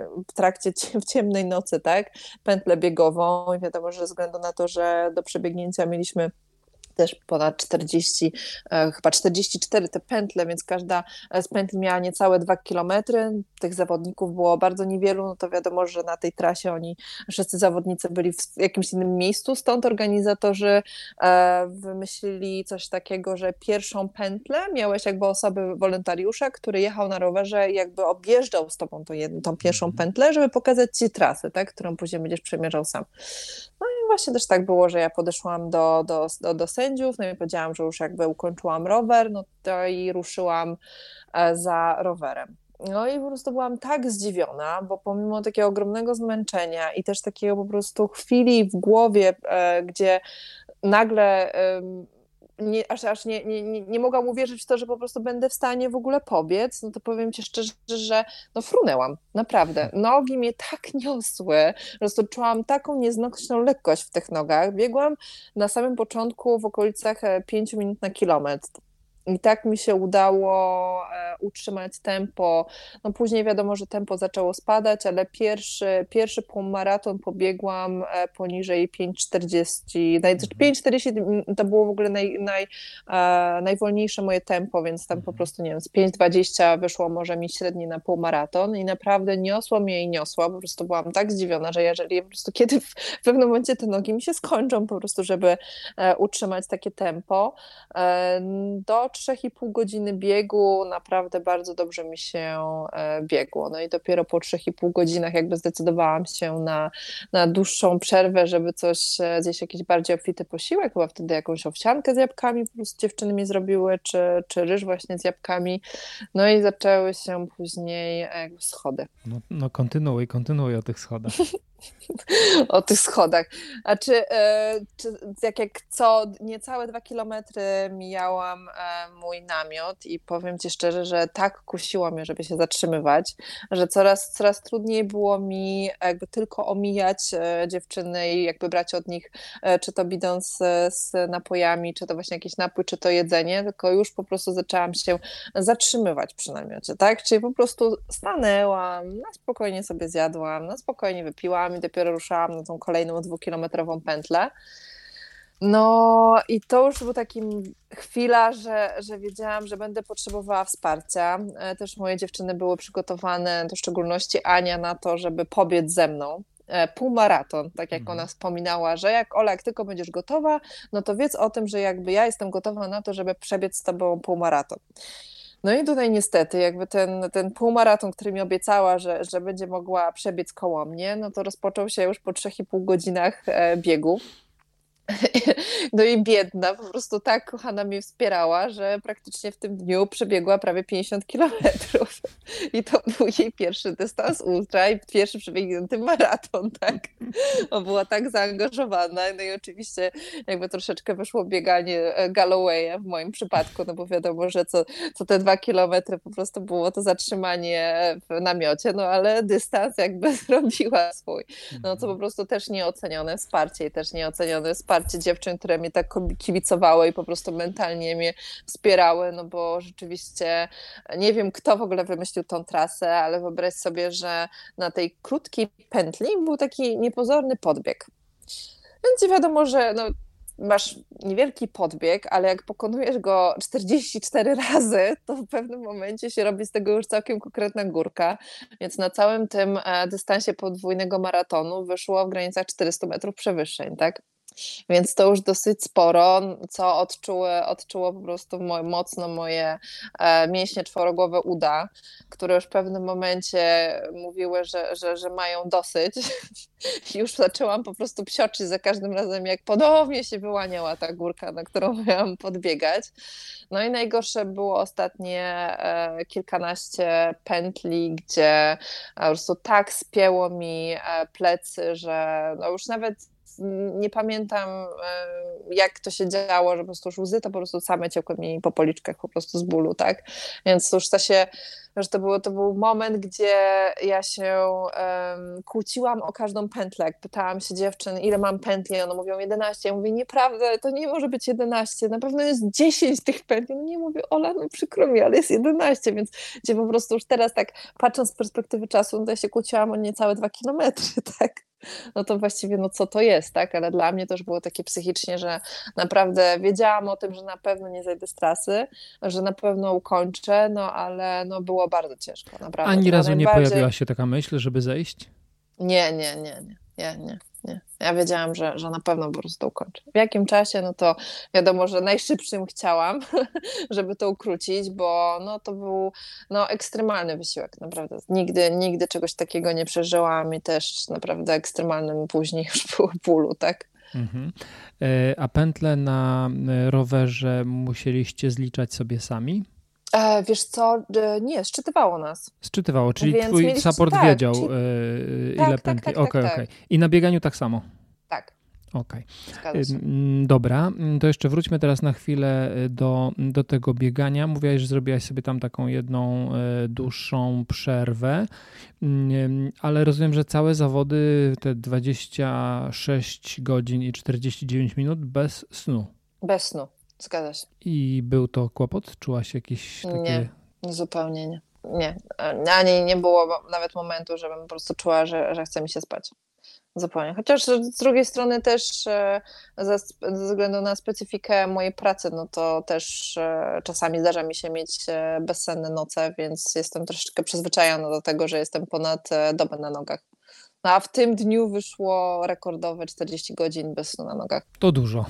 w ciemnej nocy, tak? Pętlę biegową i wiadomo, że ze względu na to, że do przebiegnięcia mieliśmy też ponad 40, chyba 44 te pętle, więc każda z pętli miała niecałe 2 kilometry. Tych zawodników było bardzo niewielu, no to wiadomo, że na tej trasie wszyscy zawodnicy byli w jakimś innym miejscu, stąd organizatorzy wymyślili coś takiego, że pierwszą pętlę miałeś jakby osoby wolontariusza, który jechał na rowerze i jakby objeżdżał z tobą tą pierwszą pętlę, żeby pokazać ci trasę, tak, którą później będziesz przemierzał sam. No i właśnie też tak było, że ja podeszłam do sędziów, no i powiedziałam, że już jakby ukończyłam rower, no to i ruszyłam za rowerem. No i po prostu byłam tak zdziwiona, bo pomimo takiego ogromnego zmęczenia i też takiego po prostu chwili w głowie, gdzie nagle aż nie mogłam uwierzyć w to, że po prostu będę w stanie w ogóle pobiec, no to powiem ci szczerze, że no frunęłam, naprawdę. Nogi mnie tak niosły, po prostu czułam taką nieznośną lekkość w tych nogach. Biegłam na samym początku w okolicach 5 minut na kilometr. I tak mi się udało utrzymać tempo. No później wiadomo, że tempo zaczęło spadać, ale pierwszy półmaraton pobiegłam poniżej 5:40. 5:40 to było w ogóle najwolniejsze moje tempo, więc tam po prostu, nie wiem, z 5:20 wyszło może mi średni na półmaraton i naprawdę niosło mnie i niosło. Po prostu byłam tak zdziwiona, że jeżeli po prostu kiedy w pewnym momencie te nogi mi się skończą po prostu, żeby utrzymać takie tempo. Do 3,5 godziny biegu naprawdę bardzo dobrze mi się biegło. No i dopiero po 3,5 godzinach jakby zdecydowałam się na dłuższą przerwę, żeby coś zjeść, jakiś bardziej obfity posiłek, chyba wtedy jakąś owsiankę z jabłkami po prostu dziewczyny mi zrobiły, czy ryż właśnie z jabłkami. No i zaczęły się później jakby schody. No kontynuuj o tych schodach. O tych schodach. A czy jak co niecałe 2 kilometry mijałam mój namiot i powiem Ci szczerze, że tak kusiło mnie, żeby się zatrzymywać, że coraz trudniej było mi jakby tylko omijać dziewczyny i jakby brać od nich czy to bidon z napojami, czy to właśnie jakiś napój, czy to jedzenie, tylko już po prostu zaczęłam się zatrzymywać przy namiocie, tak? Czyli po prostu stanęłam, na spokojnie sobie zjadłam, na spokojnie wypiłam i dopiero ruszałam na tą kolejną 2-kilometrową pętlę. No i to już był taki chwila, że wiedziałam, że będę potrzebowała wsparcia. Też moje dziewczyny były przygotowane, to w szczególności Ania, na to, żeby pobiec ze mną. Półmaraton, tak jak ona wspominała, że jak tylko będziesz gotowa, no to wiedz o tym, że jakby ja jestem gotowa na to, żeby przebiec z tobą półmaraton. No i tutaj niestety jakby ten półmaraton, który mi obiecała, że będzie mogła przebiec koło mnie, no to rozpoczął się już po 3,5 godzinach biegu. No i biedna, po prostu tak kochana mnie wspierała, że praktycznie w tym dniu przebiegła prawie 50 kilometrów. I to był jej pierwszy dystans ultra i pierwszy przebiegnięty maraton, tak? Bo była tak zaangażowana. No i oczywiście jakby troszeczkę wyszło bieganie Gallowaya w moim przypadku, no bo wiadomo, że co te 2 kilometry po prostu było to zatrzymanie w namiocie, no ale dystans jakby zrobiła swój. No co po prostu też nieocenione wsparcie i też nieocenione wsparcie dziewczyn, które mnie tak kibicowały i po prostu mentalnie mnie wspierały, no bo rzeczywiście nie wiem, kto w ogóle wymyślił tą trasę, ale wyobraź sobie, że na tej krótkiej pętli był taki niepozorny podbieg. Więc wiadomo, że no, masz niewielki podbieg, ale jak pokonujesz go 44 razy, to w pewnym momencie się robi z tego już całkiem konkretna górka, więc na całym tym dystansie podwójnego maratonu wyszło w granicach 400 metrów przewyższeń, tak? Więc to już dosyć sporo, co odczuło po prostu mocno moje mięśnie czworogłowe uda, które już w pewnym momencie mówiły, że mają dosyć. Już zaczęłam po prostu psioczyć za każdym razem, jak ponownie się wyłaniała ta górka, na którą miałam podbiegać. No i najgorsze było ostatnie kilkanaście pętli, gdzie po prostu tak spięło mi plecy, że no już nawet nie pamiętam, jak to się działo, że po prostu już łzy to po prostu same ciekły mi po policzkach po prostu z bólu, tak? Więc już że to był moment, gdzie ja się kłóciłam o każdą pętlę. Jak pytałam się dziewczyn, ile mam pętli, one mówią 11. Ja mówię, nieprawda, to nie może być 11, na pewno jest 10 tych pętli. No nie, mówię, Ola, no przykro mi, ale jest 11, więc gdzie po prostu już teraz tak patrząc z perspektywy czasu, no to ja się kłóciłam o niecałe 2 kilometry, tak? No to właściwie no co to jest, tak? Ale dla mnie to już było takie psychicznie, że naprawdę wiedziałam o tym, że na pewno nie zejdę z trasy, że na pewno ukończę, no ale no było bardzo ciężko, naprawdę. Ani razu nie pojawiła się taka myśl, żeby zejść? Nie. Ja wiedziałam, że na pewno po prostu ukończę. W jakim czasie, no to wiadomo, że najszybszym chciałam, żeby to ukrócić, bo no to był no, ekstremalny wysiłek, naprawdę. Nigdy czegoś takiego nie przeżyłam i też naprawdę ekstremalnym później już było bólu, tak? Mhm. A pętle na rowerze musieliście zliczać sobie sami? Wiesz co, nie, szczytywało nas. Szczytywało, czyli twój support wiedział, ile pętli. Okej. I na bieganiu tak samo? Tak. Okej. Dobra, to jeszcze wróćmy teraz na chwilę do tego biegania. Mówiłaś, że zrobiłaś sobie tam taką jedną dłuższą przerwę, ale rozumiem, że całe zawody, te 26 godzin i 49 minut bez snu. Bez snu. Zgadza się. I był to kłopot? Czułaś jakieś takie... Nie, zupełnie nie. Nie, ani nie było nawet momentu, żebym po prostu czuła, że chce mi się spać. Zupełnie. Chociaż z drugiej strony też ze względu na specyfikę mojej pracy, no to też czasami zdarza mi się mieć bezsenne noce, więc jestem troszeczkę przyzwyczajona do tego, że jestem ponad dobę na nogach. No a w tym dniu wyszło rekordowe 40 godzin bez snu na nogach. To dużo.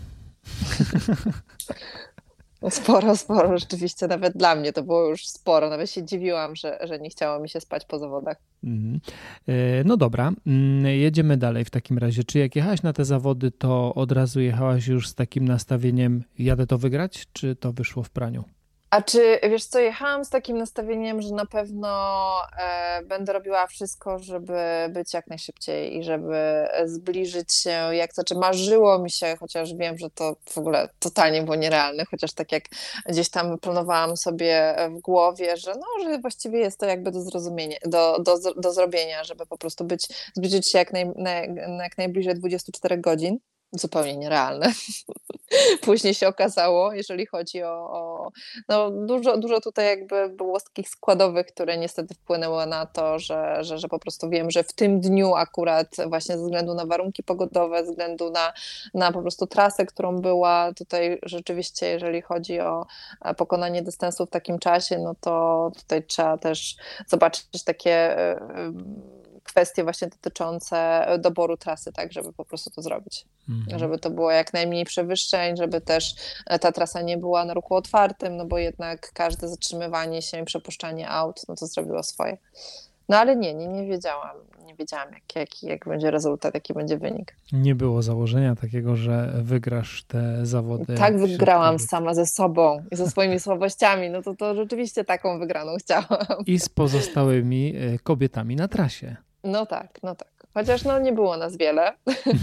Sporo rzeczywiście, nawet dla mnie to było już sporo. Nawet się dziwiłam, że nie chciało mi się spać po zawodach. No dobra, jedziemy dalej w takim razie. Czy jak jechałaś na te zawody, to od razu jechałaś już z takim nastawieniem, jadę to wygrać, czy to wyszło w praniu? A czy, wiesz co, jechałam z takim nastawieniem, że na pewno będę robiła wszystko, żeby być jak najszybciej i żeby zbliżyć się, marzyło mi się, chociaż wiem, że to w ogóle totalnie było nierealne, chociaż tak jak gdzieś tam planowałam sobie w głowie, że że właściwie jest to jakby do zrozumienia, do zrobienia, żeby po prostu zbliżyć się jak najbliżej 24 godzin. Zupełnie nierealne. Później się okazało, jeżeli chodzi o dużo tutaj jakby było takich składowych, które niestety wpłynęły na to, że po prostu wiem, że w tym dniu akurat właśnie ze względu na warunki pogodowe, ze względu na po prostu trasę, którą była tutaj rzeczywiście, jeżeli chodzi o pokonanie dystansu w takim czasie, no to tutaj trzeba też zobaczyć takie kwestie właśnie dotyczące doboru trasy, tak, żeby po prostu to zrobić. Żeby to było jak najmniej przewyższeń, żeby też ta trasa nie była na ruchu otwartym, no bo jednak każde zatrzymywanie się i przepuszczanie aut, no to zrobiło swoje. No ale nie wiedziałam. Nie wiedziałam, jak będzie rezultat, jaki będzie wynik. Nie było założenia takiego, że wygrasz te zawody. Tak wygrałam sama ze sobą i ze swoimi słabościami, no to rzeczywiście taką wygraną chciałam. I z pozostałymi kobietami na trasie. No tak. Chociaż nie było nas wiele,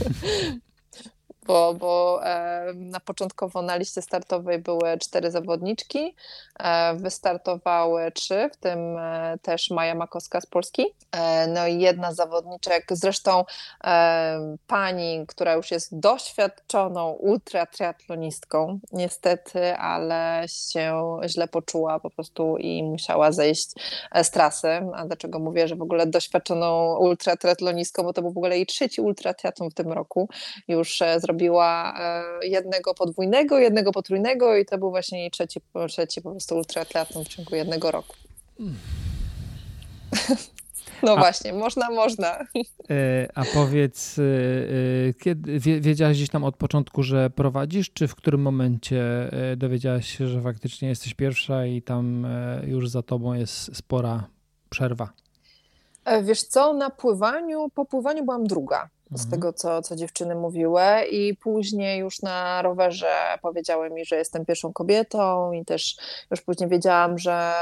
bo początkowo na liście startowej były 4 zawodniczki, wystartowały 3, w tym też Maja Makowska z Polski, no i jedna z zawodniczek, zresztą pani, która już jest doświadczoną ultratriatlonistką, niestety, ale się źle poczuła po prostu i musiała zejść z trasy. A dlaczego mówię, że w ogóle doświadczoną ultratriatlonistką, bo to był w ogóle jej 3. ultratriatlon w tym roku, już zrobiła jednego podwójnego, jednego potrójnego i to był właśnie jej trzeci po prostu ultratriatlon w ciągu jednego roku. No właśnie, można. A powiedz, kiedy wiedziałaś gdzieś tam od początku, że prowadzisz, czy w którym momencie dowiedziałaś się, że faktycznie jesteś pierwsza i tam już za tobą jest spora przerwa? Wiesz co, po pływaniu byłam druga. Z tego, co dziewczyny mówiły, i później już na rowerze powiedziały mi, że jestem pierwszą kobietą i też już później wiedziałam, że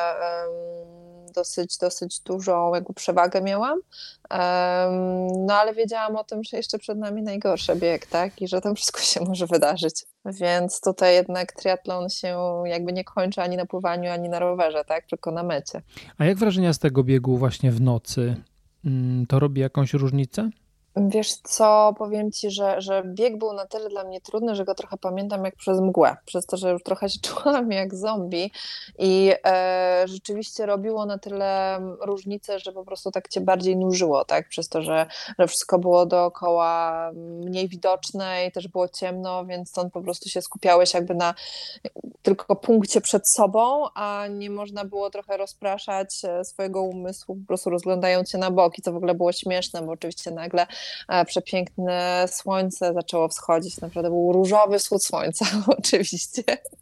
dosyć dużą jakby przewagę miałam, no ale wiedziałam o tym, że jeszcze przed nami najgorszy bieg, tak, i że tam wszystko się może wydarzyć, więc tutaj jednak triatlon się jakby nie kończy ani na pływaniu, ani na rowerze, tak, tylko na mecie. A jak wrażenia z tego biegu właśnie w nocy? To robi jakąś różnicę? Wiesz co, powiem Ci, że bieg był na tyle dla mnie trudny, że go trochę pamiętam jak przez mgłę, przez to, że już trochę się czułam jak zombie i rzeczywiście robiło na tyle różnicę, że po prostu tak Cię bardziej nużyło, tak, przez to, że wszystko było dookoła mniej widoczne i też było ciemno, więc stąd po prostu się skupiałeś jakby na tylko punkcie przed sobą, a nie można było trochę rozpraszać swojego umysłu, po prostu rozglądając się na boki, co w ogóle było śmieszne, bo oczywiście nagle przepiękne słońce zaczęło wschodzić, naprawdę był różowy wschód słońca oczywiście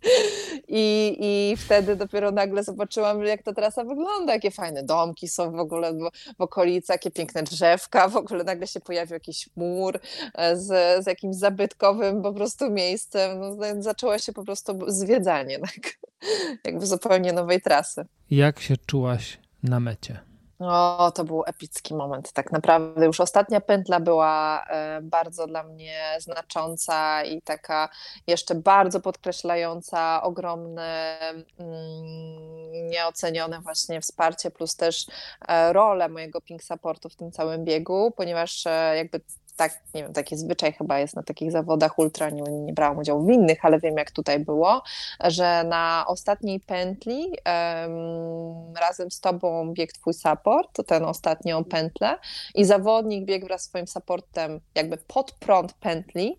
i wtedy dopiero nagle zobaczyłam, jak ta trasa wygląda, jakie fajne domki są w ogóle w okolicy, jakie piękne drzewka, w ogóle nagle się pojawił jakiś mur z jakimś zabytkowym po prostu miejscem, no, zaczęło się po prostu zwiedzanie, tak? Jakby zupełnie nowej trasy. Jak się czułaś na mecie? O, to był epicki moment, tak naprawdę. Już ostatnia pętla była bardzo dla mnie znacząca i taka jeszcze bardzo podkreślająca ogromne, nieocenione właśnie wsparcie, plus też rolę mojego Pink Supportu w tym całym biegu, ponieważ jakby tak, nie wiem, taki zwyczaj chyba jest na takich zawodach ultra, nie brałam udziału w innych, ale wiem jak tutaj było, że na ostatniej pętli razem z tobą biegł twój support, to ten ostatnią pętlę i zawodnik biegł wraz z swoim supportem jakby pod prąd pętli,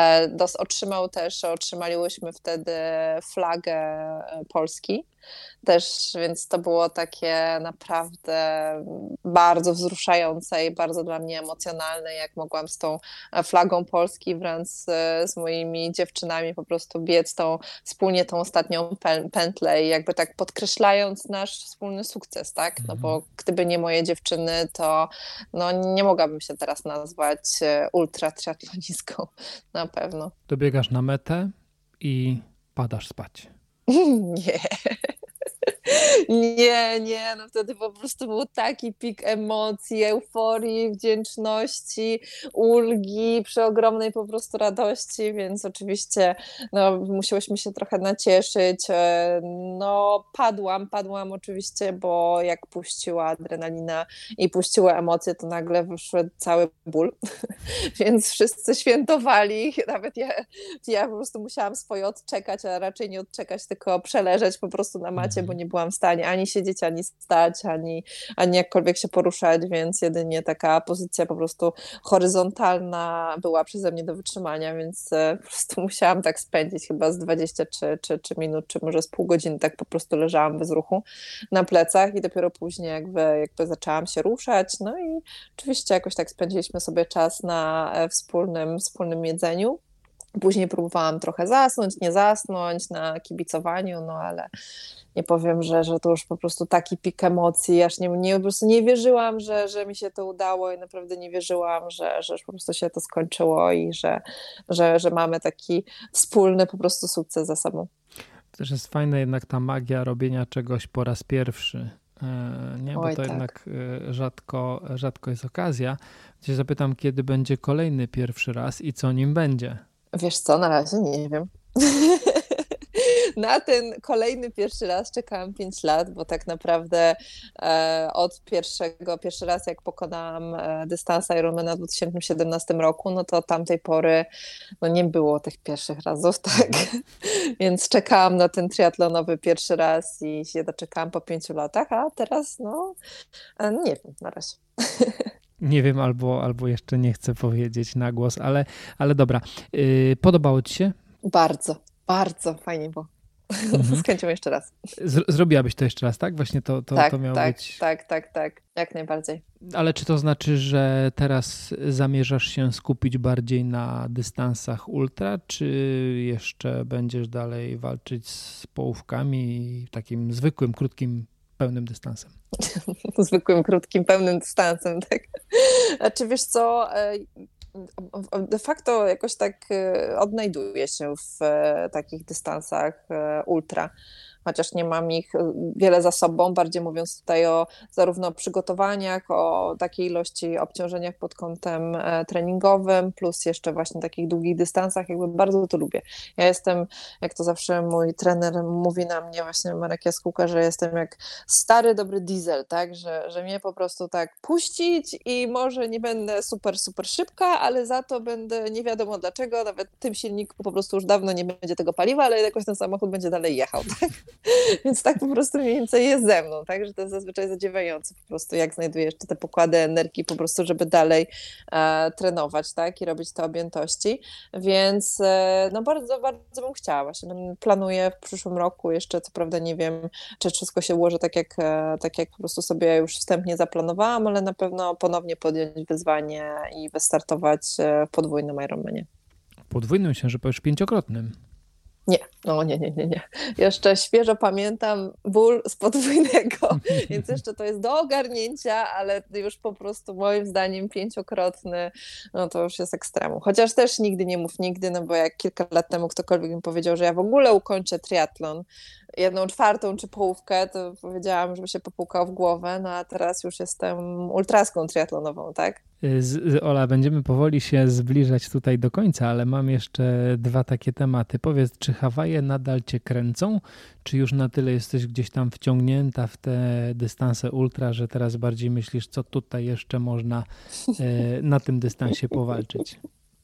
otrzymaliśmy wtedy flagę Polski też, więc to było takie naprawdę bardzo wzruszające i bardzo dla mnie emocjonalne, jak mogłam z tą flagą Polski wraz z moimi dziewczynami po prostu biec wspólnie tą ostatnią pętlę i jakby tak podkreślając nasz wspólny sukces, tak? No bo gdyby nie moje dziewczyny, to no nie mogłabym się teraz nazwać ultra triatlonistką, na pewno. Dobiegasz na metę i padasz spać. Nie. Nie, no wtedy po prostu był taki pik emocji, euforii, wdzięczności, ulgi, przeogromnej po prostu radości, więc oczywiście no, musiałyśmy się trochę nacieszyć. No padłam oczywiście, bo jak puściła adrenalina i puściła emocje, to nagle wyszedł cały ból, więc wszyscy świętowali, nawet ja po prostu musiałam swoje odczekać, a raczej nie odczekać, tylko przeleżeć po prostu na macie, bo nie byłam w stanie ani siedzieć, ani stać, ani jakkolwiek się poruszać, więc jedynie taka pozycja po prostu horyzontalna była przeze mnie do wytrzymania, więc po prostu musiałam tak spędzić chyba z 20 czy minut, czy może z pół godziny, tak po prostu leżałam bez ruchu na plecach i dopiero później jakby zaczęłam się ruszać, no i oczywiście jakoś tak spędziliśmy sobie czas na wspólnym jedzeniu. Później próbowałam trochę nie zasnąć na kibicowaniu, no ale nie powiem, że to już po prostu taki pik emocji, aż po prostu nie wierzyłam, że mi się to udało i naprawdę nie wierzyłam, że już po prostu się to skończyło i że mamy taki wspólny po prostu sukces za sobą. Też jest fajna jednak ta magia robienia czegoś po raz pierwszy. Nie, bo to tak. Jednak rzadko jest okazja. Cię zapytam, kiedy będzie kolejny pierwszy raz i co nim będzie? Wiesz co, na razie nie wiem. Na ten kolejny pierwszy raz czekałam 5 lat, bo tak naprawdę od pierwszy raz jak pokonałam dystans Ironmana w 2017 roku, no to od tamtej pory no nie było tych pierwszych razów, tak? Więc czekałam na ten triatlonowy pierwszy raz i się doczekałam po 5 latach, a teraz no nie wiem na razie. Nie wiem, albo jeszcze nie chcę powiedzieć na głos, ale dobra. Podobało ci się? Bardzo, bardzo fajnie było. Z chęcią jeszcze raz. Zrobiłabyś to jeszcze raz, tak? Właśnie to miało być... Tak, jak najbardziej. Ale czy to znaczy, że teraz zamierzasz się skupić bardziej na dystansach ultra, czy jeszcze będziesz dalej walczyć z połówkami i takim zwykłym, krótkim, pełnym dystansem? Zwykłym, krótkim, pełnym dystansem, tak? Czy wiesz co... De facto jakoś tak odnajduję się w takich dystansach ultra, chociaż nie mam ich wiele za sobą, bardziej mówiąc tutaj o zarówno przygotowaniach, o takiej ilości obciążeniach pod kątem treningowym, plus jeszcze właśnie takich długich dystansach, jakby bardzo to lubię. Ja jestem, jak to zawsze mój trener mówi na mnie, właśnie Marek Jaskółka, że jestem jak stary, dobry diesel, tak, że mnie po prostu tak puścić i może nie będę super szybka, ale za to będę nie wiadomo dlaczego, nawet w tym silniku po prostu już dawno nie będzie tego paliwa, ale jakoś ten samochód będzie dalej jechał, tak? Więc tak po prostu mniej więcej jest ze mną, tak, że to jest zazwyczaj zadziwiające po prostu, jak znajduję jeszcze te pokłady energii po prostu, żeby dalej trenować, tak, i robić te objętości, więc no bardzo, bardzo bym chciała, właśnie planuję w przyszłym roku, jeszcze co prawda nie wiem, czy wszystko się ułoży tak jak po prostu sobie już wstępnie zaplanowałam, ale na pewno ponownie podjąć wyzwanie i wystartować w podwójnym Ironmanie. Podwójnym się, że powiesz 5-krotnym. Nie. Jeszcze świeżo pamiętam ból z podwójnego, więc jeszcze to jest do ogarnięcia, ale już po prostu moim zdaniem 5-krotny, no to już jest ekstremum. Chociaż też nigdy nie mów nigdy, no bo jak kilka lat temu ktokolwiek mi powiedział, że ja w ogóle ukończę triatlon 1/4 czy połówkę, to powiedziałam, żeby się popukał w głowę, no a teraz już jestem ultraską triatlonową, tak? Ola, będziemy powoli się zbliżać tutaj do końca, ale mam jeszcze 2 takie tematy. Powiedz, czy Hawaje nadal cię kręcą, czy już na tyle jesteś gdzieś tam wciągnięta w te dystanse ultra, że teraz bardziej myślisz, co tutaj jeszcze można na tym dystansie powalczyć?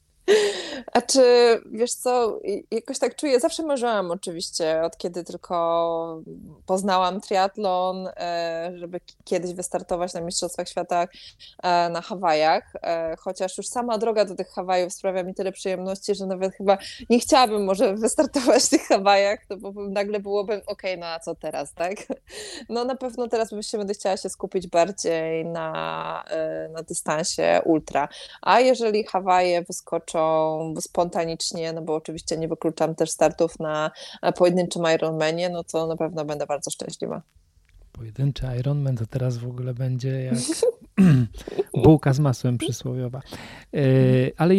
A czy, wiesz co, jakoś tak czuję, zawsze marzyłam oczywiście, od kiedy tylko poznałam triatlon, żeby kiedyś wystartować na Mistrzostwach Świata na Hawajach, chociaż już sama droga do tych Hawajów sprawia mi tyle przyjemności, że nawet chyba nie chciałabym może wystartować w tych Hawajach, to bo nagle byłoby okej, no a co teraz, tak? No na pewno teraz będę chciała się skupić bardziej na dystansie ultra, a jeżeli Hawaje wyskoczą spontanicznie, no bo oczywiście nie wykluczam też startów na pojedynczym Ironmanie, no to na pewno będę bardzo szczęśliwa. Pojedynczy Ironman to teraz w ogóle będzie jak bułka z masłem przysłowiowa. Ale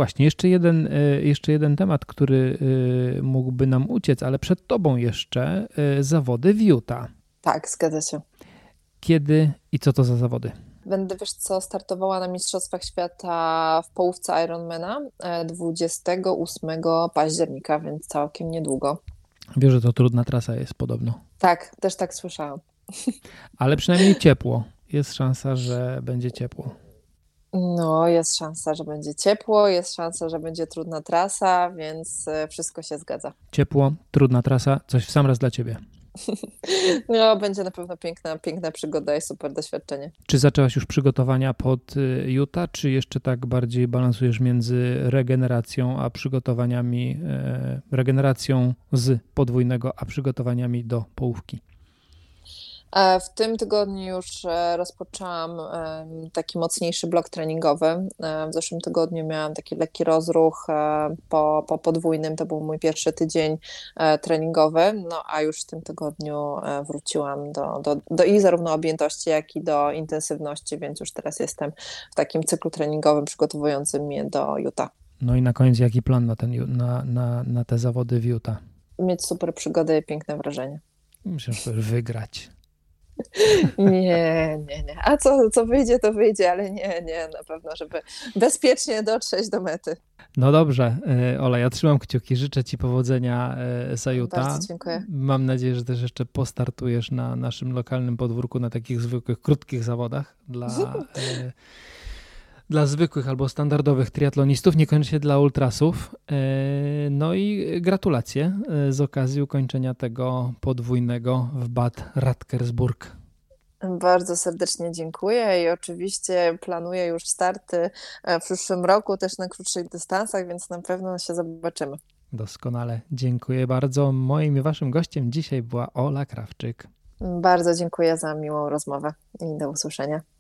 jeszcze jeden temat, który mógłby nam uciec, ale przed tobą jeszcze zawody w Utah. Tak, zgadza się. Kiedy i co to za zawody? Będę, wiesz co, startowała na Mistrzostwach Świata w połówce Ironmana 28 października, więc całkiem niedługo. Wiesz, że to trudna trasa jest podobno. Tak, też tak słyszałam. Ale przynajmniej ciepło. Jest szansa, że będzie ciepło. No, jest szansa, że będzie ciepło, jest szansa, że będzie trudna trasa, więc wszystko się zgadza. Ciepło, trudna trasa, coś w sam raz dla ciebie. No, będzie na pewno piękna przygoda i super doświadczenie. Czy zaczęłaś już przygotowania pod Utah, czy jeszcze tak bardziej balansujesz między regeneracją a przygotowaniami, regeneracją z podwójnego, a przygotowaniami do połówki? W tym tygodniu już rozpoczęłam taki mocniejszy blok treningowy. W zeszłym tygodniu miałam taki lekki rozruch po podwójnym, to był mój pierwszy tydzień treningowy, no a już w tym tygodniu wróciłam do i zarówno objętości, jak i do intensywności, więc już teraz jestem w takim cyklu treningowym przygotowującym mnie do Utah. No i na koniec jaki plan na te zawody w Utah? Mieć super przygodę i piękne wrażenie. Myślę, że wygrać. Nie. A co wyjdzie, to wyjdzie, ale nie, na pewno, żeby bezpiecznie dotrzeć do mety. No dobrze, Ola, ja trzymam kciuki, życzę ci powodzenia za Utah. Bardzo dziękuję. Mam nadzieję, że też jeszcze postartujesz na naszym lokalnym podwórku na takich zwykłych, krótkich zawodach dla zwykłych albo standardowych triatlonistów, niekoniecznie dla ultrasów. No i gratulacje z okazji ukończenia tego podwójnego w Bad Radkersburg. Bardzo serdecznie dziękuję i oczywiście planuję już starty w przyszłym roku też na krótszych dystansach, więc na pewno się zobaczymy. Doskonale, dziękuję bardzo. Moim i waszym gościem dzisiaj była Ola Krawczyk. Bardzo dziękuję za miłą rozmowę i do usłyszenia.